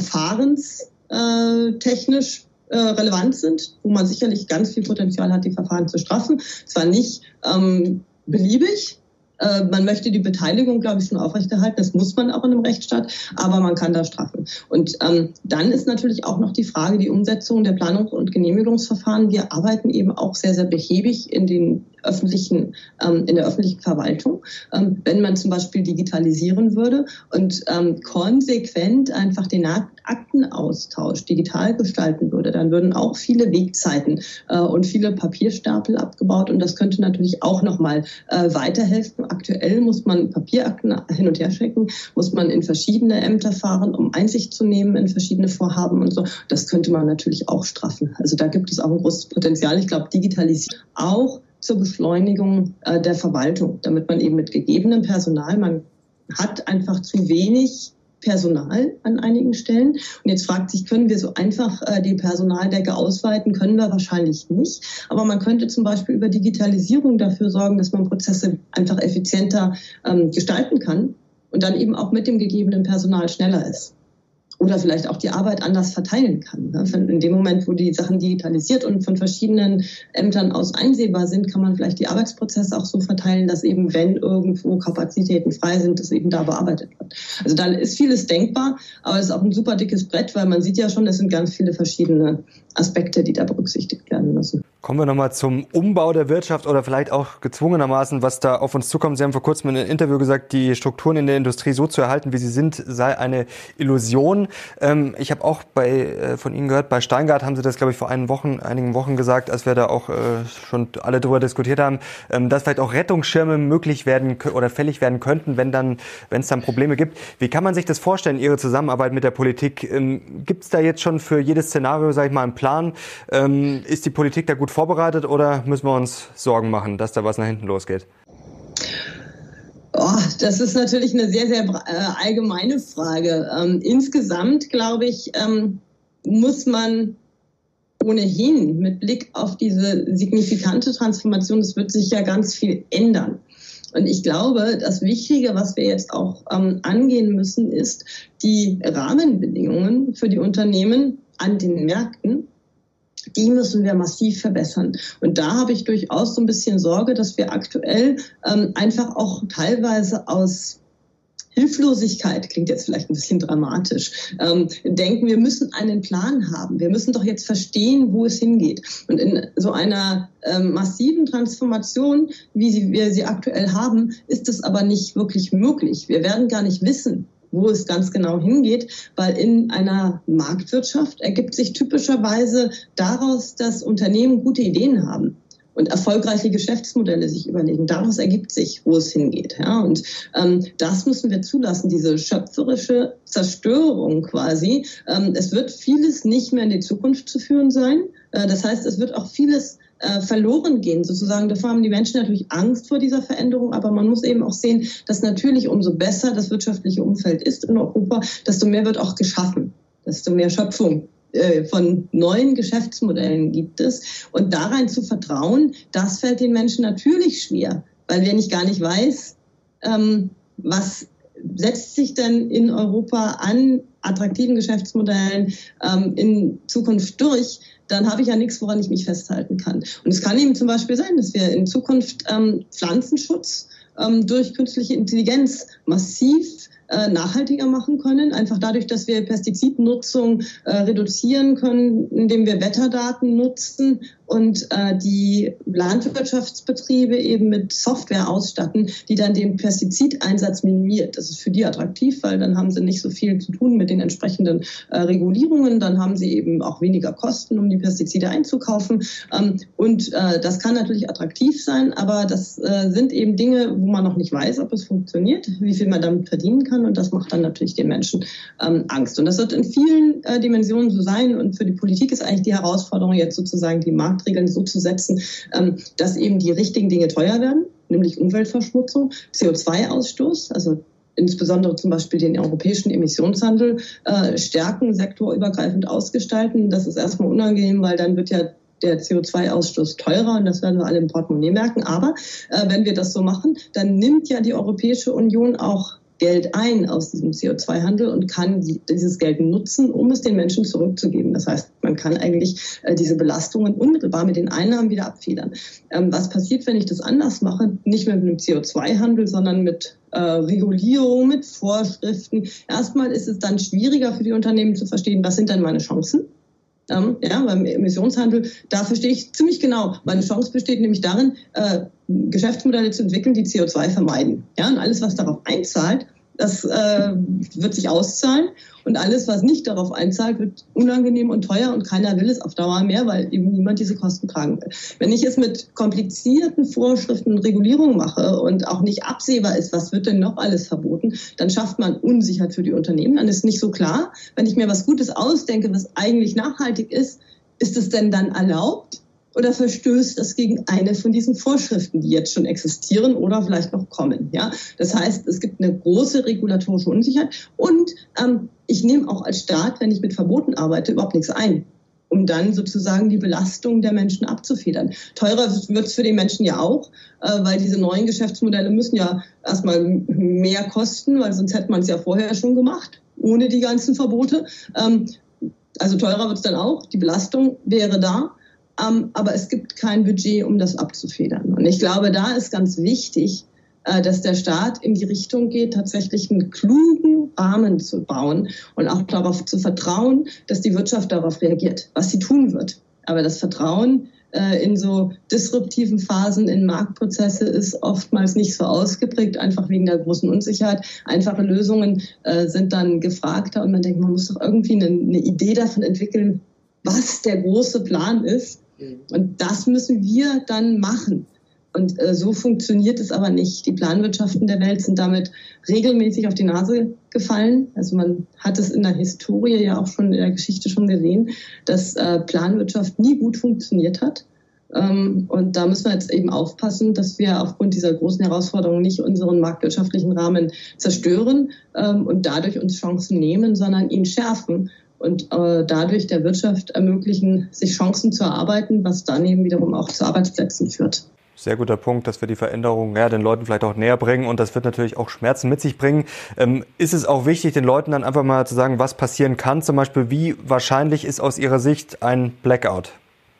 B: verfahrenstechnisch äh, relevant sind, wo man sicherlich ganz viel Potenzial hat, die Verfahren zu straffen. Zwar nicht ähm, beliebig. Man möchte die Beteiligung, glaube ich, schon aufrechterhalten. Das muss man auch in einem Rechtsstaat, aber man kann da straffen. Und ähm, dann ist natürlich auch noch die Frage, die Umsetzung der Planungs- und Genehmigungsverfahren. Wir arbeiten eben auch sehr, sehr behäbig in den öffentlichen, ähm, in der öffentlichen Verwaltung. Ähm, wenn man zum Beispiel digitalisieren würde und ähm, konsequent einfach den Aktenaustausch digital gestalten würde, dann würden auch viele Wegzeiten äh, und viele Papierstapel abgebaut. Und das könnte natürlich auch nochmal äh, weiterhelfen. Aktuell muss man Papierakten hin und her schicken, muss man in verschiedene Ämter fahren, um Einsicht zu nehmen in verschiedene Vorhaben und so. Das könnte man natürlich auch straffen. Also da gibt es auch ein großes Potenzial. Ich glaube, Digitalisierung auch zur Beschleunigung äh, der Verwaltung, damit man eben mit gegebenem Personal, man hat einfach zu wenig Personal an einigen Stellen. Und jetzt fragt sich, können wir so einfach äh, die Personaldecke ausweiten? Können wir wahrscheinlich nicht. Aber man könnte zum Beispiel über Digitalisierung dafür sorgen, dass man Prozesse einfach effizienter ähm, gestalten kann und dann eben auch mit dem gegebenen Personal schneller ist. Oder vielleicht auch die Arbeit anders verteilen kann. In dem Moment, wo die Sachen digitalisiert und von verschiedenen Ämtern aus einsehbar sind, kann man vielleicht die Arbeitsprozesse auch so verteilen, dass eben, wenn irgendwo Kapazitäten frei sind, das eben da bearbeitet wird. Also da ist vieles denkbar, aber es ist auch ein super dickes Brett, weil man sieht ja schon, es sind ganz viele verschiedene Aspekte, die da berücksichtigt werden müssen.
A: Kommen wir nochmal zum Umbau der Wirtschaft oder vielleicht auch gezwungenermaßen, was da auf uns zukommt. Sie haben vor kurzem in einem Interview gesagt, die Strukturen in der Industrie so zu erhalten, wie sie sind, sei eine Illusion. Ähm, ich habe auch bei, äh, von Ihnen gehört, bei Steingart haben Sie das, glaube ich, vor einigen Wochen, einigen Wochen gesagt, als wir da auch äh, schon alle darüber diskutiert haben, ähm, dass vielleicht auch Rettungsschirme möglich werden oder fällig werden könnten, wenn dann, wenn es dann Probleme gibt. Wie kann man sich das vorstellen, Ihre Zusammenarbeit mit der Politik? Ähm, gibt es da jetzt schon für jedes Szenario, sage ich mal, einen Plan? Ähm, ist die Politik da gut vorbereitet oder müssen wir uns Sorgen machen, dass da was nach hinten losgeht?
B: Oh, das ist natürlich eine sehr, sehr äh, allgemeine Frage. Ähm, insgesamt, glaube ich, ähm, muss man ohnehin mit Blick auf diese signifikante Transformation, es wird sich ja ganz viel ändern. Und ich glaube, das Wichtige, was wir jetzt auch ähm, angehen müssen, ist die Rahmenbedingungen für die Unternehmen an den Märkten. Die müssen wir massiv verbessern. Und da habe ich durchaus so ein bisschen Sorge, dass wir aktuell ähm, einfach auch teilweise aus Hilflosigkeit, klingt jetzt vielleicht ein bisschen dramatisch, ähm, denken, wir müssen einen Plan haben. Wir müssen doch jetzt verstehen, wo es hingeht. Und in so einer ähm, massiven Transformation, wie sie, wir sie aktuell haben, ist es aber nicht wirklich möglich. Wir werden gar nicht wissen, wo es ganz genau hingeht, weil in einer Marktwirtschaft ergibt sich typischerweise daraus, dass Unternehmen gute Ideen haben und erfolgreiche Geschäftsmodelle sich überlegen. Daraus ergibt sich, wo es hingeht. Ja, und ähm, das müssen wir zulassen, diese schöpferische Zerstörung quasi. Ähm, es wird vieles nicht mehr in die Zukunft zu führen sein. Äh, das heißt, es wird auch vieles äh, verloren gehen, sozusagen. Davor haben die Menschen natürlich Angst vor dieser Veränderung, aber man muss eben auch sehen, dass natürlich umso besser das wirtschaftliche Umfeld ist in Europa, desto mehr wird auch geschaffen, desto mehr Schöpfung von neuen Geschäftsmodellen gibt es. Und da rein zu vertrauen, das fällt den Menschen natürlich schwer, weil wenn ich gar nicht weiß, ähm, was setzt sich denn in Europa an attraktiven Geschäftsmodellen ähm, in Zukunft durch, dann habe ich ja nichts, woran ich mich festhalten kann. Und es kann eben zum Beispiel sein, dass wir in Zukunft ähm, Pflanzenschutz ähm, durch künstliche Intelligenz massiv nachhaltiger machen können, einfach dadurch, dass wir Pestizidnutzung äh, reduzieren können, indem wir Wetterdaten nutzen und äh, die Landwirtschaftsbetriebe eben mit Software ausstatten, die dann den Pestizideinsatz minimiert. Das ist für die attraktiv, weil dann haben sie nicht so viel zu tun mit den entsprechenden äh, Regulierungen, dann haben sie eben auch weniger Kosten, um die Pestizide einzukaufen. Ähm, und äh, das kann natürlich attraktiv sein, aber das äh, sind eben Dinge, wo man noch nicht weiß, ob es funktioniert, wie viel man damit verdienen kann. Und das macht dann natürlich den Menschen ähm, Angst. Und das wird in vielen äh, Dimensionen so sein. Und für die Politik ist eigentlich die Herausforderung, jetzt sozusagen die Marktregeln so zu setzen, ähm, dass eben die richtigen Dinge teuer werden, nämlich Umweltverschmutzung, C O zwei Ausstoß, also insbesondere zum Beispiel den europäischen Emissionshandel äh, stärken, sektorübergreifend ausgestalten. Das ist erstmal unangenehm, weil dann wird ja der C O zwei Ausstoß teurer und das werden wir alle im Portemonnaie merken. Aber äh, wenn wir das so machen, dann nimmt ja die Europäische Union auch Geld ein aus diesem C O zwei Handel und kann die, dieses Geld nutzen, um es den Menschen zurückzugeben. Das heißt, man kann eigentlich äh, diese Belastungen unmittelbar mit den Einnahmen wieder abfedern. Ähm, was passiert, wenn ich das anders mache? Nicht mehr mit dem C O zwei Handel, sondern mit äh, Regulierung, mit Vorschriften. Erstmal ist es dann schwieriger für die Unternehmen zu verstehen, was sind denn meine Chancen? Ähm, ja, beim Emissionshandel, da verstehe ich ziemlich genau. Meine Chance besteht nämlich darin, äh, Geschäftsmodelle zu entwickeln, die C O zwei vermeiden. Ja, und alles, was darauf einzahlt, das äh, wird sich auszahlen. Und alles, was nicht darauf einzahlt, wird unangenehm und teuer und keiner will es auf Dauer mehr, weil eben niemand diese Kosten tragen will. Wenn ich es mit komplizierten Vorschriften und Regulierungen mache und auch nicht absehbar ist, was wird denn noch alles verboten, dann schafft man Unsicherheit für die Unternehmen. Dann ist nicht so klar, wenn ich mir was Gutes ausdenke, was eigentlich nachhaltig ist, ist es denn dann erlaubt? Oder verstößt das gegen eine von diesen Vorschriften, die jetzt schon existieren oder vielleicht noch kommen? Ja, das heißt, es gibt eine große regulatorische Unsicherheit und ähm, ich nehme auch als Staat, wenn ich mit Verboten arbeite, überhaupt nichts ein, um dann sozusagen die Belastung der Menschen abzufedern. Teurer wird es für die Menschen ja auch, äh, weil diese neuen Geschäftsmodelle müssen ja erstmal mehr kosten, weil sonst hätte man es ja vorher schon gemacht, ohne die ganzen Verbote. Ähm, also teurer wird es dann auch, die Belastung wäre da. Um, aber es gibt kein Budget, um das abzufedern. Und ich glaube, da ist ganz wichtig, äh, dass der Staat in die Richtung geht, tatsächlich einen klugen Rahmen zu bauen und auch darauf zu vertrauen, dass die Wirtschaft darauf reagiert, was sie tun wird. Aber das Vertrauen äh, in so disruptiven Phasen in Marktprozesse ist oftmals nicht so ausgeprägt, einfach wegen der großen Unsicherheit. Einfache Lösungen äh, sind dann gefragter und man denkt, man muss doch irgendwie eine, eine Idee davon entwickeln, was der große Plan ist. Und das müssen wir dann machen. Und äh, so funktioniert es aber nicht. Die Planwirtschaften der Welt sind damit regelmäßig auf die Nase gefallen. Also man hat es in der Historie ja auch schon in der Geschichte schon gesehen, dass äh, Planwirtschaft nie gut funktioniert hat. Ähm, und da müssen wir jetzt eben aufpassen, dass wir aufgrund dieser großen Herausforderungen nicht unseren marktwirtschaftlichen Rahmen zerstören ähm, und dadurch uns Chancen nehmen, sondern ihn schärfen. Und äh, dadurch der Wirtschaft ermöglichen, sich Chancen zu erarbeiten, was dann eben wiederum auch zu Arbeitsplätzen führt.
A: Sehr guter Punkt, dass wir die Veränderungen ja, den Leuten vielleicht auch näher bringen und das wird natürlich auch Schmerzen mit sich bringen. Ähm, ist es auch wichtig, den Leuten dann einfach mal zu sagen, was passieren kann? Zum Beispiel, wie wahrscheinlich ist aus Ihrer Sicht ein Blackout?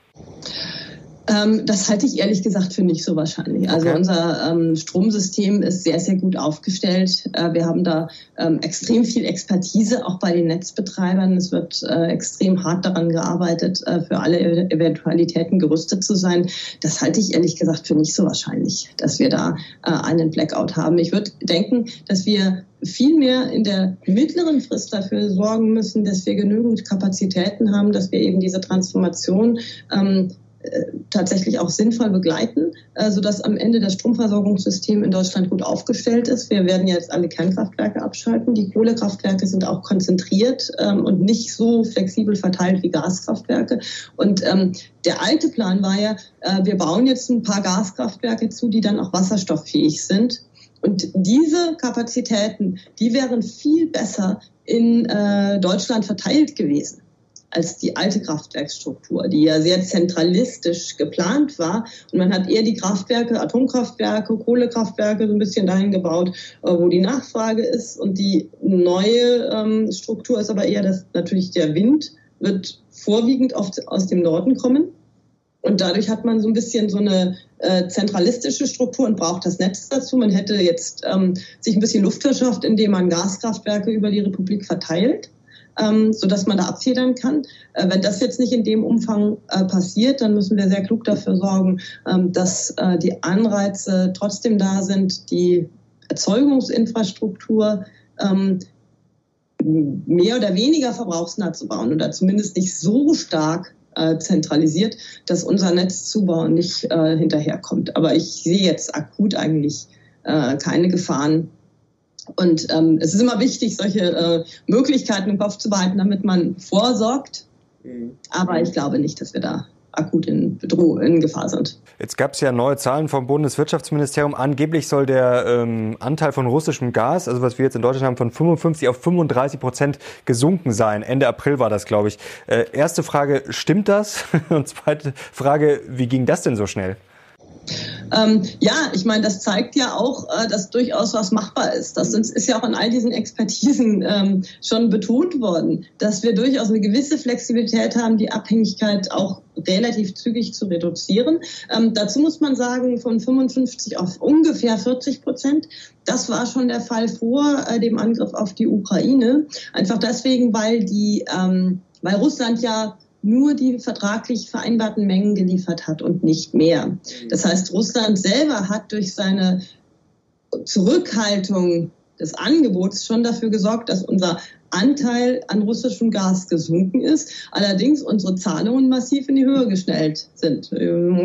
B: Ähm, das halte ich ehrlich gesagt für nicht so wahrscheinlich. Also okay. Unser ähm, Stromsystem ist sehr, sehr gut aufgestellt. Äh, wir haben da ähm, extrem viel Expertise, auch bei den Netzbetreibern. Es wird äh, extrem hart daran gearbeitet, äh, für alle Eventualitäten gerüstet zu sein. Das halte ich ehrlich gesagt für nicht so wahrscheinlich, dass wir da äh, einen Blackout haben. Ich würde denken, dass wir viel mehr in der mittleren Frist dafür sorgen müssen, dass wir genügend Kapazitäten haben, dass wir eben diese Transformation ähm, tatsächlich auch sinnvoll begleiten, sodass am Ende das Stromversorgungssystem in Deutschland gut aufgestellt ist. Wir werden jetzt alle Kernkraftwerke abschalten. Die Kohlekraftwerke sind auch konzentriert ähm, und nicht so flexibel verteilt wie Gaskraftwerke. Und ähm, der alte Plan war ja, äh, wir bauen jetzt ein paar Gaskraftwerke zu, die dann auch wasserstofffähig sind. Und diese Kapazitäten, die wären viel besser in äh, Deutschland verteilt gewesen als die alte Kraftwerksstruktur, die ja sehr zentralistisch geplant war. Und man hat eher die Kraftwerke, Atomkraftwerke, Kohlekraftwerke so ein bisschen dahin gebaut, wo die Nachfrage ist. Und die neue ähm, Struktur ist aber eher, dass natürlich der Wind wird vorwiegend oft aus dem Norden kommen. Und dadurch hat man so ein bisschen so eine äh, zentralistische Struktur und braucht das Netz dazu. Man hätte jetzt ähm, sich ein bisschen Luft verschafft, indem man Gaskraftwerke über die Republik verteilt. Ähm, so dass man da abfedern kann. Äh, wenn das jetzt nicht in dem Umfang äh, passiert, dann müssen wir sehr klug dafür sorgen, ähm, dass äh, die Anreize trotzdem da sind, die Erzeugungsinfrastruktur ähm, mehr oder weniger verbrauchsnah zu bauen oder zumindest nicht so stark äh, zentralisiert, dass unser Netzzubau nicht äh, hinterherkommt. Aber ich sehe jetzt akut eigentlich äh, keine Gefahren. Und ähm, es ist immer wichtig, solche äh, Möglichkeiten im Kopf zu behalten, damit man vorsorgt. Mhm. Aber ich glaube nicht, dass wir da akut in, Bedroh- in Gefahr sind.
A: Jetzt gab es ja neue Zahlen vom Bundeswirtschaftsministerium. Angeblich soll der ähm, Anteil von russischem Gas, also was wir jetzt in Deutschland haben, von fünfundfünfzig auf fünfunddreißig Prozent gesunken sein. Ende April war das, glaube ich. Äh, erste Frage, stimmt das? Und zweite Frage, wie ging das denn so schnell?
B: Ähm, ja, ich meine, das zeigt ja auch, äh, dass durchaus was machbar ist. Das ist, ist ja auch in all diesen Expertisen ähm, schon betont worden, dass wir durchaus eine gewisse Flexibilität haben, die Abhängigkeit auch relativ zügig zu reduzieren. Ähm, dazu muss man sagen, von fünfundfünfzig auf ungefähr vierzig Prozent. Das war schon der Fall vor äh, dem Angriff auf die Ukraine. Einfach deswegen, weil die, ähm, weil Russland ja nur die vertraglich vereinbarten Mengen geliefert hat und nicht mehr. Das heißt, Russland selber hat durch seine Zurückhaltung des Angebots schon dafür gesorgt, dass unser Anteil an russischem Gas gesunken ist. Allerdings unsere Zahlungen massiv in die Höhe geschnellt sind.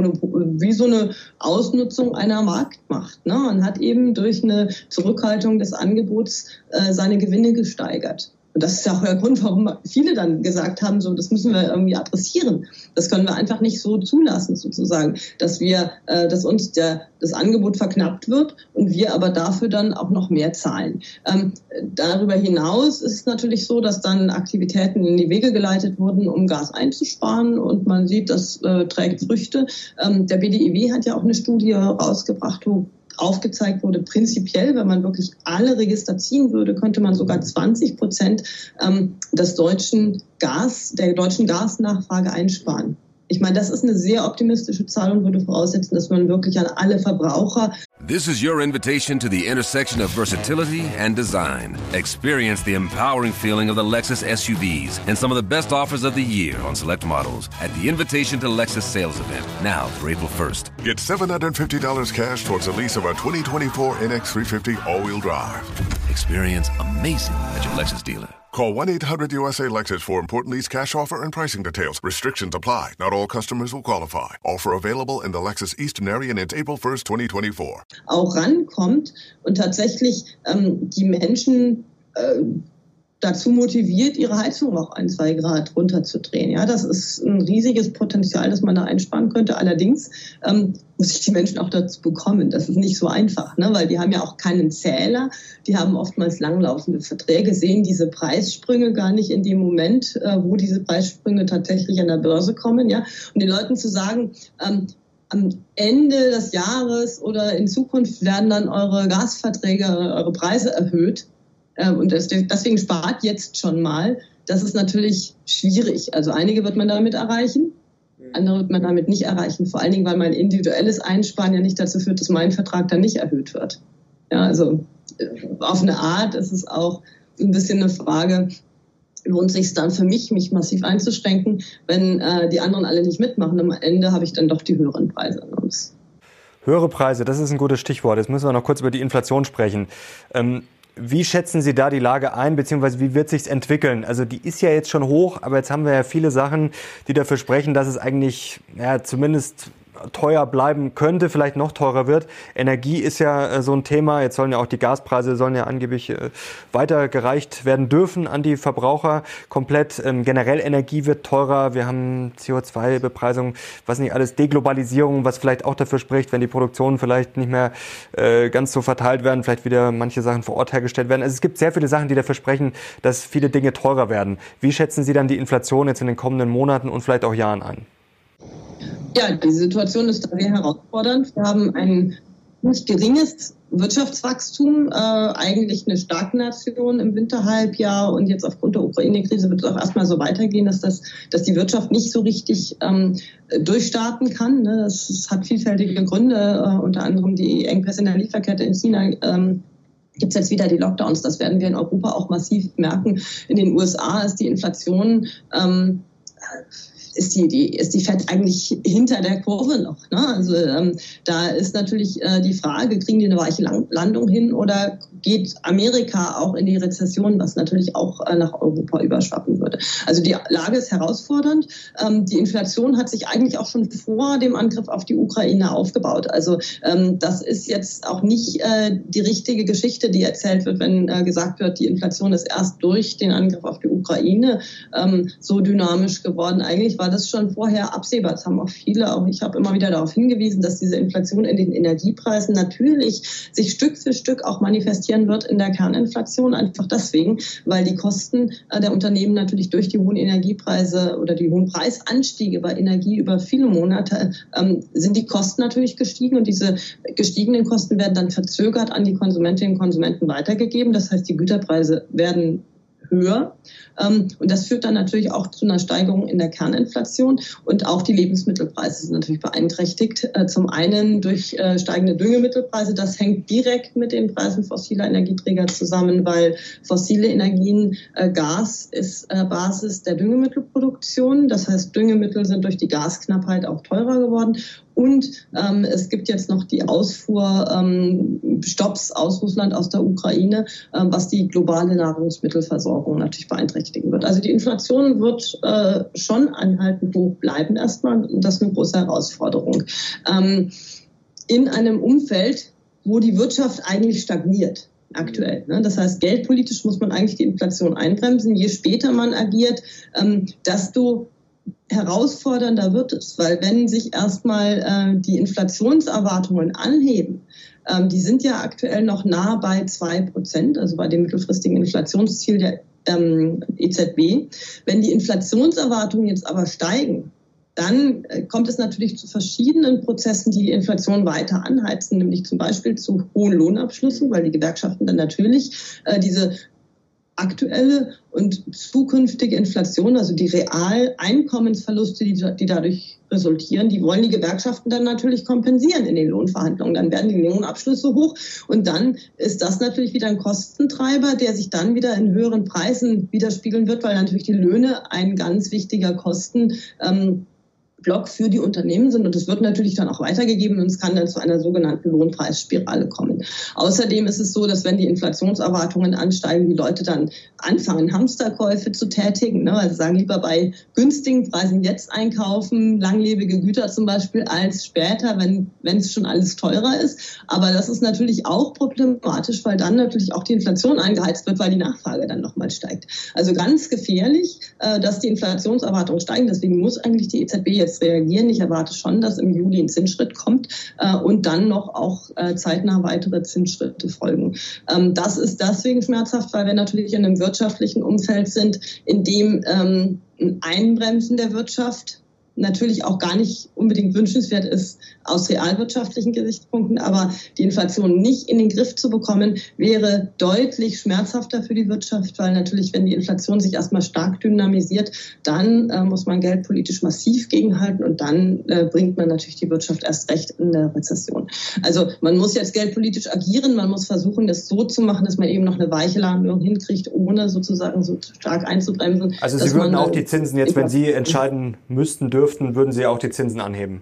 B: Wie so eine Ausnutzung einer Marktmacht. Ne? Man hat eben durch eine Zurückhaltung des Angebots äh, seine Gewinne gesteigert. Und das ist ja auch der Grund, warum viele dann gesagt haben, so, das müssen wir irgendwie adressieren. Das können wir einfach nicht so zulassen, sozusagen, dass wir, äh, dass uns der, das Angebot verknappt wird und wir aber dafür dann auch noch mehr zahlen. Ähm, darüber hinaus ist es natürlich so, dass dann Aktivitäten in die Wege geleitet wurden, um Gas einzusparen. Und man sieht, das äh, trägt Früchte. Ähm, der B D I W hat ja auch eine Studie rausgebracht, wo aufgezeigt wurde, prinzipiell, wenn man wirklich alle Register ziehen würde, könnte man sogar zwanzig Prozent ähm, des deutschen Gas, der deutschen Gasnachfrage einsparen. Ich meine, das ist eine sehr optimistische Zahl und würde voraussetzen, dass man wirklich an alle Verbraucher.
C: This is your invitation to the intersection of versatility and design. Experience the empowering feeling of the Lexus S U Vs and some of the best offers of the year on select models at the Invitation to Lexus sales event, now through April first.
D: Get seven hundred fifty dollars cash towards the lease of our twenty twenty-four N X three fifty all-wheel drive.
C: Experience amazing at your Lexus dealer.
D: Call one eight hundred U S A Lexus for important lease cash offer and pricing details. Restrictions apply. Not all customers will qualify. Offer available in the Lexus Eastern area and it's April first, twenty twenty-four.
B: Auch rankommt und tatsächlich ähm, die Menschen äh, dazu motiviert, ihre Heizung auch ein, zwei Grad runterzudrehen. Ja, das ist ein riesiges Potenzial, das man da einsparen könnte. Allerdings ähm, muss ich die Menschen auch dazu bekommen. Das ist nicht so einfach, ne? Weil die haben ja auch keinen Zähler. Die haben oftmals langlaufende Verträge, sehen diese Preissprünge gar nicht in dem Moment, äh, wo diese Preissprünge tatsächlich an der Börse kommen. Ja, und den Leuten zu sagen, ähm, am Ende des Jahres oder in Zukunft werden dann eure Gasverträge, eure Preise erhöht. Und deswegen spart jetzt schon mal. Das ist natürlich schwierig. Also einige wird man damit erreichen, andere wird man damit nicht erreichen. Vor allen Dingen, weil mein individuelles Einsparen ja nicht dazu führt, dass mein Vertrag dann nicht erhöht wird. Ja, also auf eine Art ist es auch ein bisschen eine Frage, lohnt sich es dann für mich, mich massiv einzuschränken, wenn äh, die anderen alle nicht mitmachen. Am Ende habe ich dann doch die höheren Preise.
A: Höhere Preise, das ist ein gutes Stichwort. Jetzt müssen wir noch kurz über die Inflation sprechen. Ähm, Wie schätzen Sie da die Lage ein, beziehungsweise wie wird sich's entwickeln? Also die ist ja jetzt schon hoch, aber jetzt haben wir ja viele Sachen, die dafür sprechen, dass es eigentlich ja, zumindest teuer bleiben könnte, vielleicht noch teurer wird. Energie ist ja äh, so ein Thema. Jetzt sollen ja auch die Gaspreise sollen ja angeblich äh, weitergereicht werden dürfen an die Verbraucher komplett. Ähm, generell Energie wird teurer. Wir haben C O zwei Bepreisung, was nicht alles, Deglobalisierung, was vielleicht auch dafür spricht, wenn die Produktionen vielleicht nicht mehr äh, ganz so verteilt werden, vielleicht wieder manche Sachen vor Ort hergestellt werden. Also es gibt sehr viele Sachen, die dafür sprechen, dass viele Dinge teurer werden. Wie schätzen Sie dann die Inflation jetzt in den kommenden Monaten und vielleicht auch Jahren ein?
B: Ja, die Situation ist sehr herausfordernd. Wir haben ein nicht geringes Wirtschaftswachstum, äh, eigentlich eine Stagnation im Winterhalbjahr und jetzt aufgrund der Ukraine-Krise wird es auch erstmal so weitergehen, dass das, dass die Wirtschaft nicht so richtig ähm, durchstarten kann. Ne? Das, das hat vielfältige Gründe, äh, unter anderem die Engpässe in der Lieferkette in China. Ähm, Gibt es jetzt wieder die Lockdowns? Das werden wir in Europa auch massiv merken. In den U S A ist die Inflation ähm, ist die, die, ist die Fed eigentlich hinter der Kurve noch. Ne? Also ähm, da ist natürlich äh, die Frage, kriegen die eine weiche Landung hin oder geht Amerika auch in die Rezession, was natürlich auch äh, nach Europa überschwappen würde. Also die Lage ist herausfordernd. Ähm, die Inflation hat sich eigentlich auch schon vor dem Angriff auf die Ukraine aufgebaut. Also ähm, das ist jetzt auch nicht äh, die richtige Geschichte, die erzählt wird, wenn äh, gesagt wird, die Inflation ist erst durch den Angriff auf die Ukraine ähm, so dynamisch geworden. Eigentlich war war das schon vorher absehbar. Das haben auch viele, auch ich habe immer wieder darauf hingewiesen, dass diese Inflation in den Energiepreisen natürlich sich Stück für Stück auch manifestieren wird in der Kerninflation. Einfach deswegen, weil die Kosten der Unternehmen natürlich durch die hohen Energiepreise oder die hohen Preisanstiege bei Energie über viele Monate ähm, sind die Kosten natürlich gestiegen und diese gestiegenen Kosten werden dann verzögert an die Konsumentinnen und Konsumenten weitergegeben. Das heißt, die Güterpreise werden höher. Und das führt dann natürlich auch zu einer Steigerung in der Kerninflation. Und auch die Lebensmittelpreise sind natürlich beeinträchtigt. Zum einen durch steigende Düngemittelpreise. Das hängt direkt mit den Preisen fossiler Energieträger zusammen, weil fossile Energien, Gas ist Basis der Düngemittelproduktion. Das heißt, Düngemittel sind durch die Gasknappheit auch teurer geworden. Und ähm, es gibt jetzt noch die Ausfuhr ähm, Stopps aus Russland, aus der Ukraine, ähm, was die globale Nahrungsmittelversorgung natürlich beeinträchtigen wird. Also die Inflation wird äh, schon anhaltend hoch bleiben erstmal. Und das ist eine große Herausforderung. Ähm, in einem Umfeld, wo die Wirtschaft eigentlich stagniert. Aktuell. Ne? Das heißt, geldpolitisch muss man eigentlich die Inflation einbremsen. Je später man agiert, ähm, desto herausfordernder wird es, weil wenn sich erstmal äh, die Inflationserwartungen anheben, ähm, die sind ja aktuell noch nah bei zwei Prozent, also bei dem mittelfristigen Inflationsziel der ähm, E Z B. Wenn die Inflationserwartungen jetzt aber steigen, dann äh, kommt es natürlich zu verschiedenen Prozessen, die die Inflation weiter anheizen, nämlich zum Beispiel zu hohen Lohnabschlüssen, weil die Gewerkschaften dann natürlich äh, diese aktuelle und zukünftige Inflation, also die Realeinkommensverluste, die, die dadurch resultieren, die wollen die Gewerkschaften dann natürlich kompensieren in den Lohnverhandlungen. Dann werden die Lohnabschlüsse hoch und dann ist das natürlich wieder ein Kostentreiber, der sich dann wieder in höheren Preisen widerspiegeln wird, weil natürlich die Löhne ein ganz wichtiger Kosten ähm, Block für die Unternehmen sind und es wird natürlich dann auch weitergegeben und es kann dann zu einer sogenannten Lohnpreisspirale kommen. Außerdem ist es so, dass wenn die Inflationserwartungen ansteigen, die Leute dann anfangen, Hamsterkäufe zu tätigen, ne? Also sagen, lieber bei günstigen Preisen jetzt einkaufen, langlebige Güter zum Beispiel, als später, wenn wenn es schon alles teurer ist. Aber das ist natürlich auch problematisch, weil dann natürlich auch die Inflation eingeheizt wird, weil die Nachfrage dann nochmal steigt. Also ganz gefährlich, dass die Inflationserwartungen steigen. Deswegen muss eigentlich die E Z B jetzt reagieren. Ich erwarte schon, dass im Juli ein Zinsschritt kommt äh, und dann noch auch äh, zeitnah weitere Zinsschritte folgen. Ähm, das ist deswegen schmerzhaft, weil wir natürlich in einem wirtschaftlichen Umfeld sind, in dem ähm, ein Einbremsen der Wirtschaft natürlich auch gar nicht unbedingt wünschenswert ist aus realwirtschaftlichen Gesichtspunkten, aber die Inflation nicht in den Griff zu bekommen, wäre deutlich schmerzhafter für die Wirtschaft, weil natürlich, wenn die Inflation sich erstmal stark dynamisiert, dann äh, muss man geldpolitisch massiv gegenhalten und dann äh, bringt man natürlich die Wirtschaft erst recht in eine Rezession. Also man muss jetzt geldpolitisch agieren, man muss versuchen, das so zu machen, dass man eben noch eine weiche Landung hinkriegt, ohne sozusagen so stark einzubremsen.
A: Also Sie würden auch die Zinsen jetzt, wenn Sie entscheiden müssten, dürfen, würden Sie auch die Zinsen anheben?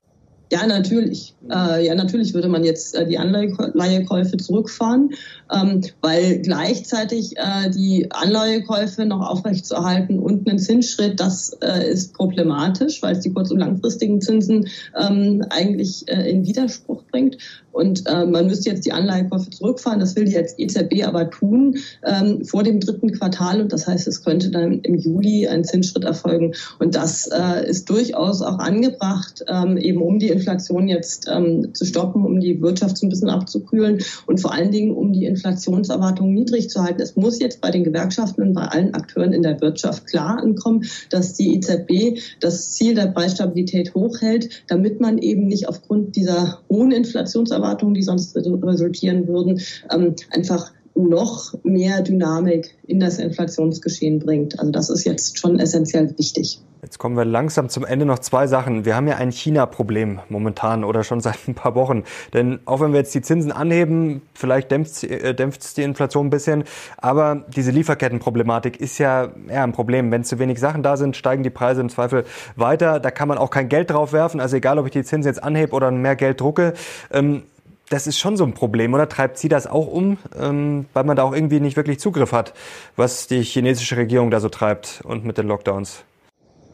B: Ja, natürlich. Äh, ja, natürlich würde man jetzt äh, die Anleihekäufe zurückfahren, ähm, weil gleichzeitig äh, die Anleihekäufe noch aufrechtzuerhalten und einen Zinsschritt, das äh, ist problematisch, weil es die kurz- und langfristigen Zinsen ähm, eigentlich äh, in Widerspruch bringt. Und äh, man müsste jetzt die Anleihekäufe zurückfahren. Das will die jetzt E Z B aber tun ähm, vor dem dritten Quartal. Und das heißt, es könnte dann im Juli ein Zinsschritt erfolgen. Und das äh, ist durchaus auch angebracht, ähm, eben um die Inflation jetzt ähm, zu stoppen, um die Wirtschaft so ein bisschen abzukühlen und vor allen Dingen, um die Inflationserwartungen niedrig zu halten. Es muss jetzt bei den Gewerkschaften und bei allen Akteuren in der Wirtschaft klar ankommen, dass die E Z B das Ziel der Preisstabilität hochhält, damit man eben nicht aufgrund dieser hohen Inflationserwartungen, die sonst resultieren würden, ähm, einfach noch mehr Dynamik in das Inflationsgeschehen bringt. Also das ist jetzt schon essentiell wichtig.
A: Jetzt kommen wir langsam zum Ende. Noch zwei Sachen. Wir haben ja ein China-Problem momentan oder schon seit ein paar Wochen. Denn auch wenn wir jetzt die Zinsen anheben, vielleicht dämpft es die Inflation ein bisschen. Aber diese Lieferkettenproblematik ist ja, ja ein Problem. Wenn zu wenig Sachen da sind, steigen die Preise im Zweifel weiter. Da kann man auch kein Geld drauf werfen. Also egal, ob ich die Zinsen jetzt anhebe oder mehr Geld drucke. Ähm, Das ist schon so ein Problem, oder? Treibt Sie das auch um, ähm, weil man da auch irgendwie nicht wirklich Zugriff hat, was die chinesische Regierung da so treibt und mit den Lockdowns?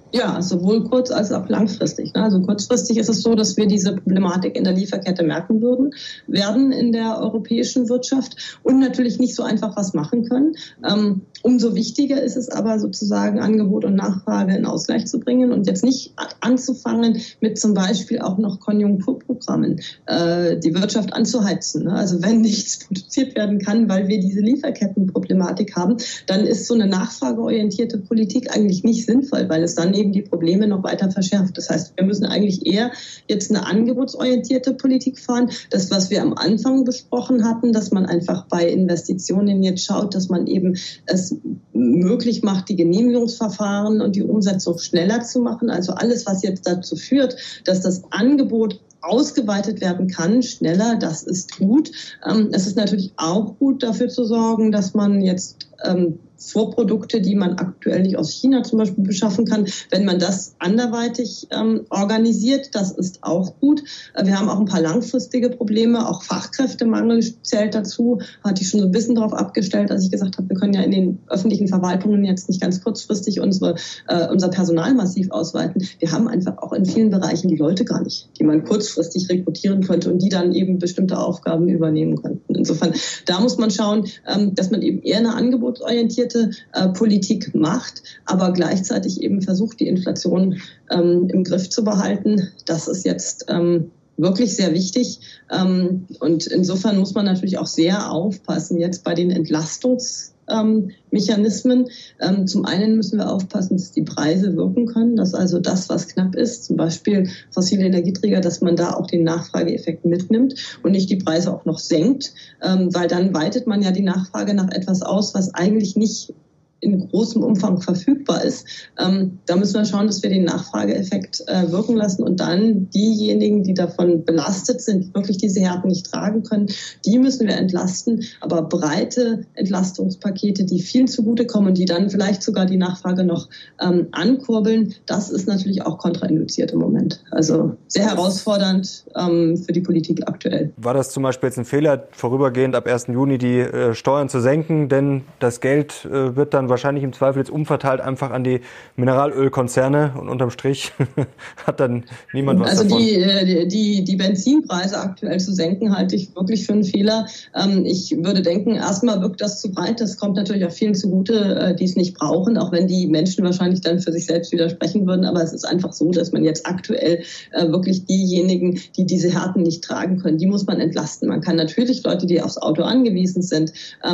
B: Ja, sowohl kurz- als auch langfristig. Also kurzfristig ist es so, dass wir diese Problematik in der Lieferkette merken würden, werden in der europäischen Wirtschaft und natürlich nicht so einfach was machen können. Ähm, umso wichtiger ist es aber sozusagen, Angebot und Nachfrage in Ausgleich zu bringen und jetzt nicht anzufangen mit zum Beispiel auch noch Konjunkturprogrammen, äh, die Wirtschaft anzuheizen. Ne? Also wenn nichts produziert werden kann, weil wir diese Lieferkettenproblematik haben, dann ist so eine nachfrageorientierte Politik eigentlich nicht sinnvoll, weil es dann eben die Probleme noch weiter verschärft. Das heißt, wir müssen eigentlich eher jetzt eine angebotsorientierte Politik fahren. Das, was wir am Anfang besprochen hatten, dass man einfach bei Investitionen jetzt schaut, dass man eben es möglich macht, die Genehmigungsverfahren und die Umsetzung schneller zu machen. Also alles, was jetzt dazu führt, dass das Angebot ausgeweitet werden kann, schneller, das ist gut. Ähm, es ist natürlich auch gut, dafür zu sorgen, dass man jetzt ähm, Vorprodukte, die man aktuell nicht aus China zum Beispiel beschaffen kann, wenn man das anderweitig ähm, organisiert, das ist auch gut. Äh, wir haben auch ein paar langfristige Probleme, auch Fachkräftemangel zählt dazu, hatte ich schon so ein bisschen darauf abgestellt, als ich gesagt habe, wir können ja in den öffentlichen Verwaltungen jetzt nicht ganz kurzfristig unsere, äh, unser Personal massiv ausweiten. Wir haben einfach auch in vielen Bereichen die Leute gar nicht, die man kurzfristig rekrutieren könnte und die dann eben bestimmte Aufgaben übernehmen könnten. Insofern, da muss man schauen, ähm, dass man eben eher eine angebotsorientierte Äh, Politik macht, aber gleichzeitig eben versucht, die Inflation ähm, im Griff zu behalten. Das ist jetzt ähm, wirklich sehr wichtig. Ähm, und insofern muss man natürlich auch sehr aufpassen jetzt bei den Entlastungs Ähm, Mechanismen. Ähm, zum einen müssen wir aufpassen, dass die Preise wirken können, dass also das, was knapp ist, zum Beispiel fossile Energieträger, dass man da auch den Nachfrageeffekt mitnimmt und nicht die Preise auch noch senkt, ähm, weil dann weitet man ja die Nachfrage nach etwas aus, was eigentlich nicht in großem Umfang verfügbar ist. Ähm, da müssen wir schauen, dass wir den Nachfrageeffekt äh, wirken lassen und dann diejenigen, die davon belastet sind, wirklich diese Härten nicht tragen können, die müssen wir entlasten. Aber breite Entlastungspakete, die vielen zugutekommen und die dann vielleicht sogar die Nachfrage noch ähm, ankurbeln, das ist natürlich auch kontrainduziert im Moment. Also sehr herausfordernd ähm, für die Politik aktuell.
A: War das zum Beispiel jetzt ein Fehler, vorübergehend ab ersten Juni die äh, Steuern zu senken? Denn das Geld äh, wird dann wahrscheinlich im Zweifel jetzt umverteilt einfach an die Mineralölkonzerne und unterm Strich hat dann niemand was
B: also
A: davon.
B: Also die, die, die Benzinpreise aktuell zu senken, halte ich wirklich für einen Fehler. Ich würde denken, erstmal wirkt das zu breit. Das kommt natürlich auch vielen zugute, die es nicht brauchen, auch wenn die Menschen wahrscheinlich dann für sich selbst widersprechen würden. Aber es ist einfach so, dass man jetzt aktuell wirklich diejenigen, die diese Härten nicht tragen können, die muss man entlasten. Man kann natürlich Leute, die aufs Auto angewiesen sind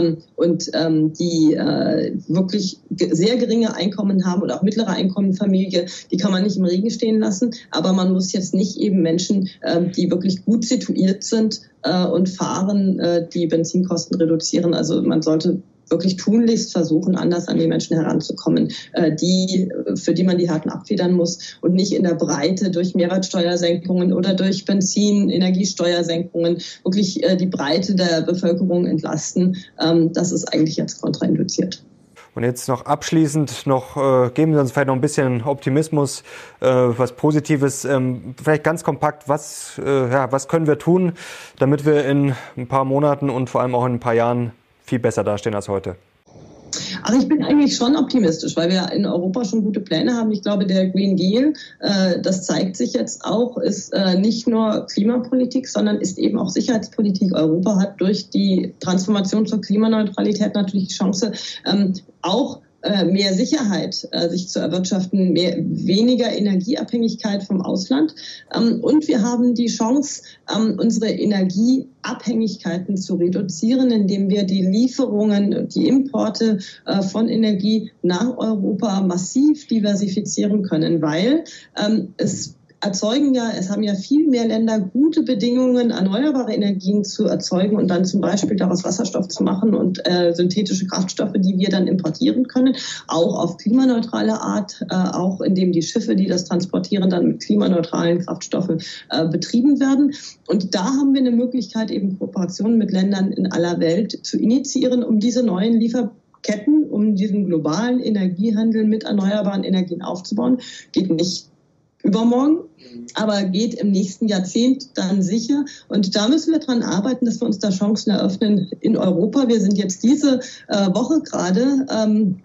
B: und die wirklich sehr geringe Einkommen haben oder auch mittlere Einkommenfamilie, die kann man nicht im Regen stehen lassen. Aber man muss jetzt nicht eben Menschen, die wirklich gut situiert sind und fahren, die Benzinkosten reduzieren. Also man sollte wirklich tunlichst versuchen, anders an die Menschen heranzukommen, die, für die man die Härten abfedern muss und nicht in der Breite durch Mehrwertsteuersenkungen oder durch Benzin-, Energiesteuersenkungen wirklich die Breite der Bevölkerung entlasten. Das ist eigentlich jetzt kontrainduziert.
A: Und jetzt noch abschließend noch, äh, geben Sie uns vielleicht noch ein bisschen Optimismus, äh, was Positives. Ähm, vielleicht ganz kompakt, was, äh, ja, was können wir tun, damit wir in ein paar Monaten und vor allem auch in ein paar Jahren viel besser dastehen als heute?
B: Also ich bin eigentlich schon optimistisch, weil wir in Europa schon gute Pläne haben. Ich glaube, der Green Deal, äh, das zeigt sich jetzt auch, ist äh, nicht nur Klimapolitik, sondern ist eben auch Sicherheitspolitik. Europa hat durch die Transformation zur Klimaneutralität natürlich die Chance, ähm, auch mehr Sicherheit äh, sich zu erwirtschaften, mehr, weniger Energieabhängigkeit vom Ausland. Ähm, und wir haben die Chance, ähm, unsere Energieabhängigkeiten zu reduzieren, indem wir die Lieferungen, die Importe äh, von Energie nach Europa massiv diversifizieren können, weil ähm, es erzeugen ja, es haben ja viel mehr Länder gute Bedingungen, erneuerbare Energien zu erzeugen und dann zum Beispiel daraus Wasserstoff zu machen und äh, synthetische Kraftstoffe, die wir dann importieren können, auch auf klimaneutrale Art, äh, auch indem die Schiffe, die das transportieren, dann mit klimaneutralen Kraftstoffen äh, betrieben werden. Und da haben wir eine Möglichkeit, eben Kooperationen mit Ländern in aller Welt zu initiieren, um diese neuen Lieferketten, um diesen globalen Energiehandel mit erneuerbaren Energien aufzubauen. Geht nicht übermorgen, aber geht im nächsten Jahrzehnt dann sicher. Und da müssen wir dran arbeiten, dass wir uns da Chancen eröffnen in Europa. Wir sind jetzt diese äh, Woche gerade ähm,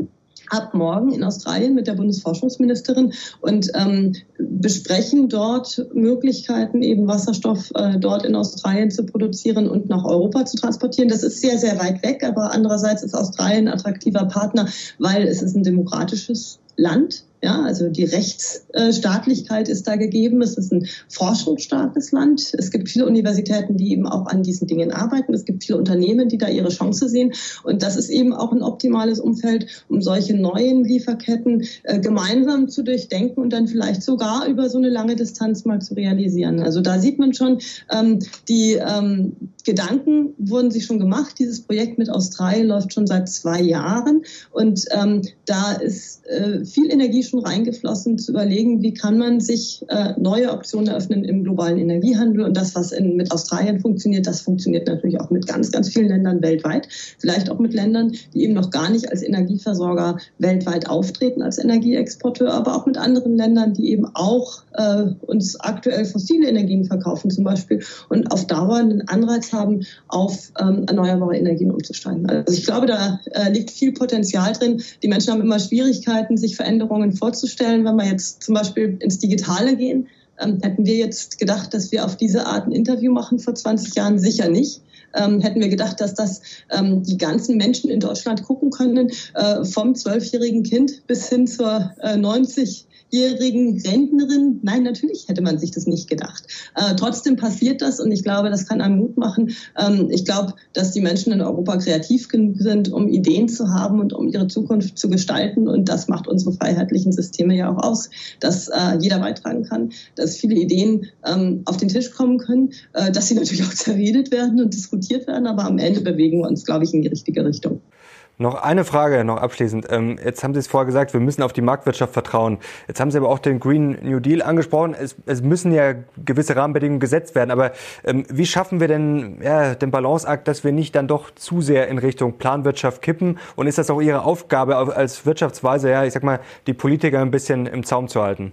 B: ab morgen in Australien mit der Bundesforschungsministerin und ähm, besprechen dort Möglichkeiten, eben Wasserstoff äh, dort in Australien zu produzieren und nach Europa zu transportieren. Das ist sehr, sehr weit weg, aber andererseits ist Australien ein attraktiver Partner, weil es ist ein demokratisches Land. Ja, also die Rechtsstaatlichkeit ist da gegeben. Es ist ein forschungsstarkes Land. Es gibt viele Universitäten, die eben auch an diesen Dingen arbeiten. Es gibt viele Unternehmen, die da ihre Chance sehen. Und das ist eben auch ein optimales Umfeld, um solche neuen Lieferketten äh, gemeinsam zu durchdenken und dann vielleicht sogar über so eine lange Distanz mal zu realisieren. Also da sieht man schon, ähm, die ähm, Gedanken wurden sich schon gemacht. Dieses Projekt mit Australien läuft schon seit zwei Jahren. Und ähm, da ist äh, viel Energie schon reingeflossen, zu überlegen, wie kann man sich äh, neue Optionen eröffnen im globalen Energiehandel. Und das, was in, mit Australien funktioniert, das funktioniert natürlich auch mit ganz, ganz vielen Ländern weltweit. Vielleicht auch mit Ländern, die eben noch gar nicht als Energieversorger weltweit auftreten, als Energieexporteur, aber auch mit anderen Ländern, die eben auch äh, uns aktuell fossile Energien verkaufen zum Beispiel und auf Dauer einen Anreiz haben, auf ähm, erneuerbare Energien umzusteigen. Also ich glaube, da äh, liegt viel Potenzial drin. Die Menschen haben immer Schwierigkeiten, sich Veränderungen vorzustellen. Wenn wir jetzt zum Beispiel ins Digitale gehen, ähm, hätten wir jetzt gedacht, dass wir auf diese Art ein Interview machen vor zwanzig Jahren? Sicher nicht. Ähm, hätten wir gedacht, dass das ähm, die ganzen Menschen in Deutschland gucken können, äh, vom zwölfjährigen Kind bis hin zur äh, neunzigjährigen Rentnerin? Nein, natürlich hätte man sich das nicht gedacht. Äh, trotzdem passiert das und ich glaube, das kann einem Mut machen. Ähm, ich glaube, dass die Menschen in Europa kreativ genug sind, um Ideen zu haben und um ihre Zukunft zu gestalten und das macht unsere freiheitlichen Systeme ja auch aus, dass äh, jeder beitragen kann, dass viele Ideen ähm, auf den Tisch kommen können, äh, dass sie natürlich auch zerredet werden und diskutiert werden, aber am Ende bewegen wir uns, glaube ich, in die richtige Richtung.
A: Noch eine Frage, noch abschließend. Jetzt haben Sie es vorher gesagt, wir müssen auf die Marktwirtschaft vertrauen. Jetzt haben Sie aber auch den Green New Deal angesprochen. Es, es müssen ja gewisse Rahmenbedingungen gesetzt werden. Aber ähm, wie schaffen wir denn ja, den Balanceakt, dass wir nicht dann doch zu sehr in Richtung Planwirtschaft kippen? Und ist das auch Ihre Aufgabe als Wirtschaftsweise, ja, ich sag mal, die Politiker ein bisschen im Zaum zu halten?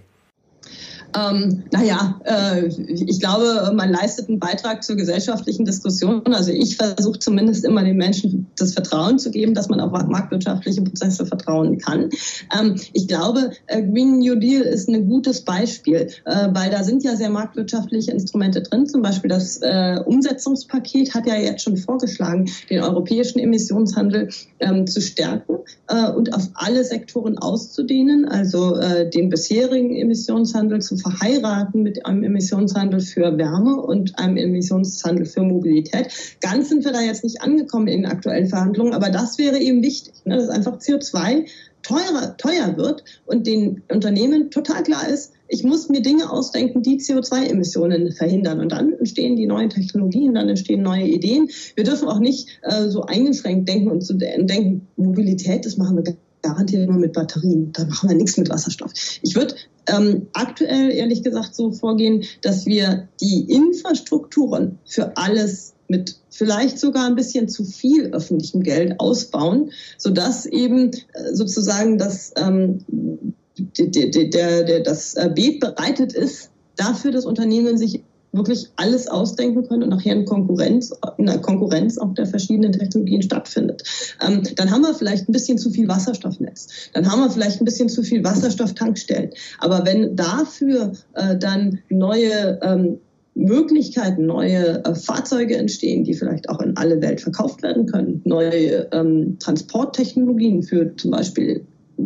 B: Ähm, naja, äh, ich glaube, man leistet einen Beitrag zur gesellschaftlichen Diskussion. Also ich versuche zumindest immer den Menschen das Vertrauen zu geben, dass man auf marktwirtschaftliche Prozesse vertrauen kann. Ähm, ich glaube, äh, Green New Deal ist ein gutes Beispiel, äh, weil da sind ja sehr marktwirtschaftliche Instrumente drin. Zum Beispiel das äh, Umsetzungspaket hat ja jetzt schon vorgeschlagen, den europäischen Emissionshandel ähm, zu stärken äh, und auf alle Sektoren auszudehnen, also äh, den bisherigen Emissionshandel zu verheiraten mit einem Emissionshandel für Wärme und einem Emissionshandel für Mobilität. Ganz sind wir da jetzt nicht angekommen in den aktuellen Verhandlungen, aber das wäre eben wichtig, ne, dass einfach C O zwei teurer, teuer wird und den Unternehmen total klar ist, ich muss mir Dinge ausdenken, die C O zwei Emissionen verhindern. Und dann entstehen die neuen Technologien, dann entstehen neue Ideen. Wir dürfen auch nicht äh, so eingeschränkt denken und zu de- denken, Mobilität, das machen wir garantiert nur mit Batterien. Da machen wir nichts mit Wasserstoff. Ich würde ähm, aktuell ehrlich gesagt so vorgehen, dass wir die Infrastrukturen für alles mit vielleicht sogar ein bisschen zu viel öffentlichem Geld ausbauen, sodass eben äh, sozusagen das, ähm, der, der, der, der, das Beet bereitet ist, dafür, dass Unternehmen sich wirklich alles ausdenken können und nachher in Konkurrenz, in der Konkurrenz auch der verschiedenen Technologien stattfindet. Ähm, dann haben wir vielleicht ein bisschen zu viel Wasserstoffnetz. Dann haben wir vielleicht ein bisschen zu viel Wasserstofftankstellen. Aber wenn dafür äh, dann neue ähm, Möglichkeiten, neue äh, Fahrzeuge entstehen, die vielleicht auch in alle Welt verkauft werden können, neue ähm, Transporttechnologien für zum Beispiel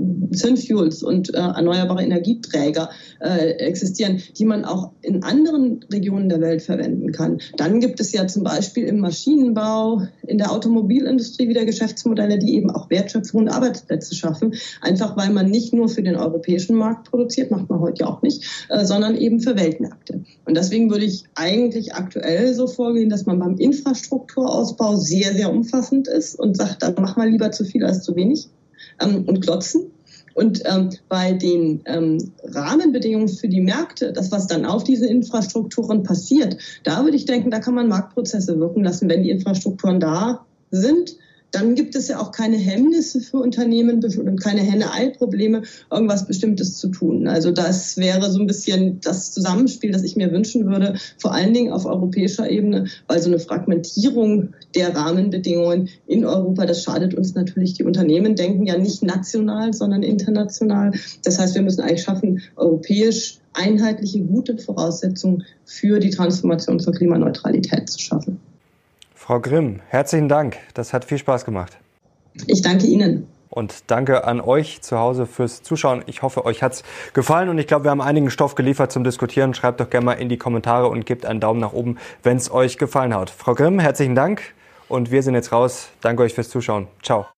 B: Synfuels und äh, erneuerbare Energieträger äh, existieren, die man auch in anderen Regionen der Welt verwenden kann. Dann gibt es ja zum Beispiel im Maschinenbau, in der Automobilindustrie wieder Geschäftsmodelle, die eben auch Wertschöpfung und Arbeitsplätze schaffen. Einfach weil man nicht nur für den europäischen Markt produziert, macht man heute ja auch nicht, äh, sondern eben für Weltmärkte. Und deswegen würde ich eigentlich aktuell so vorgehen, dass man beim Infrastrukturausbau sehr, sehr umfassend ist und sagt, da machen wir lieber zu viel als zu wenig. Und klotzen. Und ähm, bei den ähm, Rahmenbedingungen für die Märkte, das, was dann auf diesen Infrastrukturen passiert, da würde ich denken, da kann man Marktprozesse wirken lassen, wenn die Infrastrukturen da sind, dann gibt es ja auch keine Hemmnisse für Unternehmen und keine Henne-Ei-Probleme, irgendwas Bestimmtes zu tun. Also das wäre so ein bisschen das Zusammenspiel, das ich mir wünschen würde, vor allen Dingen auf europäischer Ebene, weil so eine Fragmentierung der Rahmenbedingungen in Europa, das schadet uns natürlich. Die Unternehmen denken ja nicht national, sondern international. Das heißt, wir müssen eigentlich schaffen, europäisch einheitliche, gute Voraussetzungen für die Transformation zur Klimaneutralität zu schaffen.
A: Frau Grimm, herzlichen Dank. Das hat viel Spaß gemacht.
B: Ich danke Ihnen.
A: Und danke an euch zu Hause fürs Zuschauen. Ich hoffe, euch hat's gefallen und ich glaube, wir haben einigen Stoff geliefert zum Diskutieren. Schreibt doch gerne mal in die Kommentare und gebt einen Daumen nach oben, wenn es euch gefallen hat. Frau Grimm, herzlichen Dank und wir sind jetzt raus. Danke euch fürs Zuschauen. Ciao.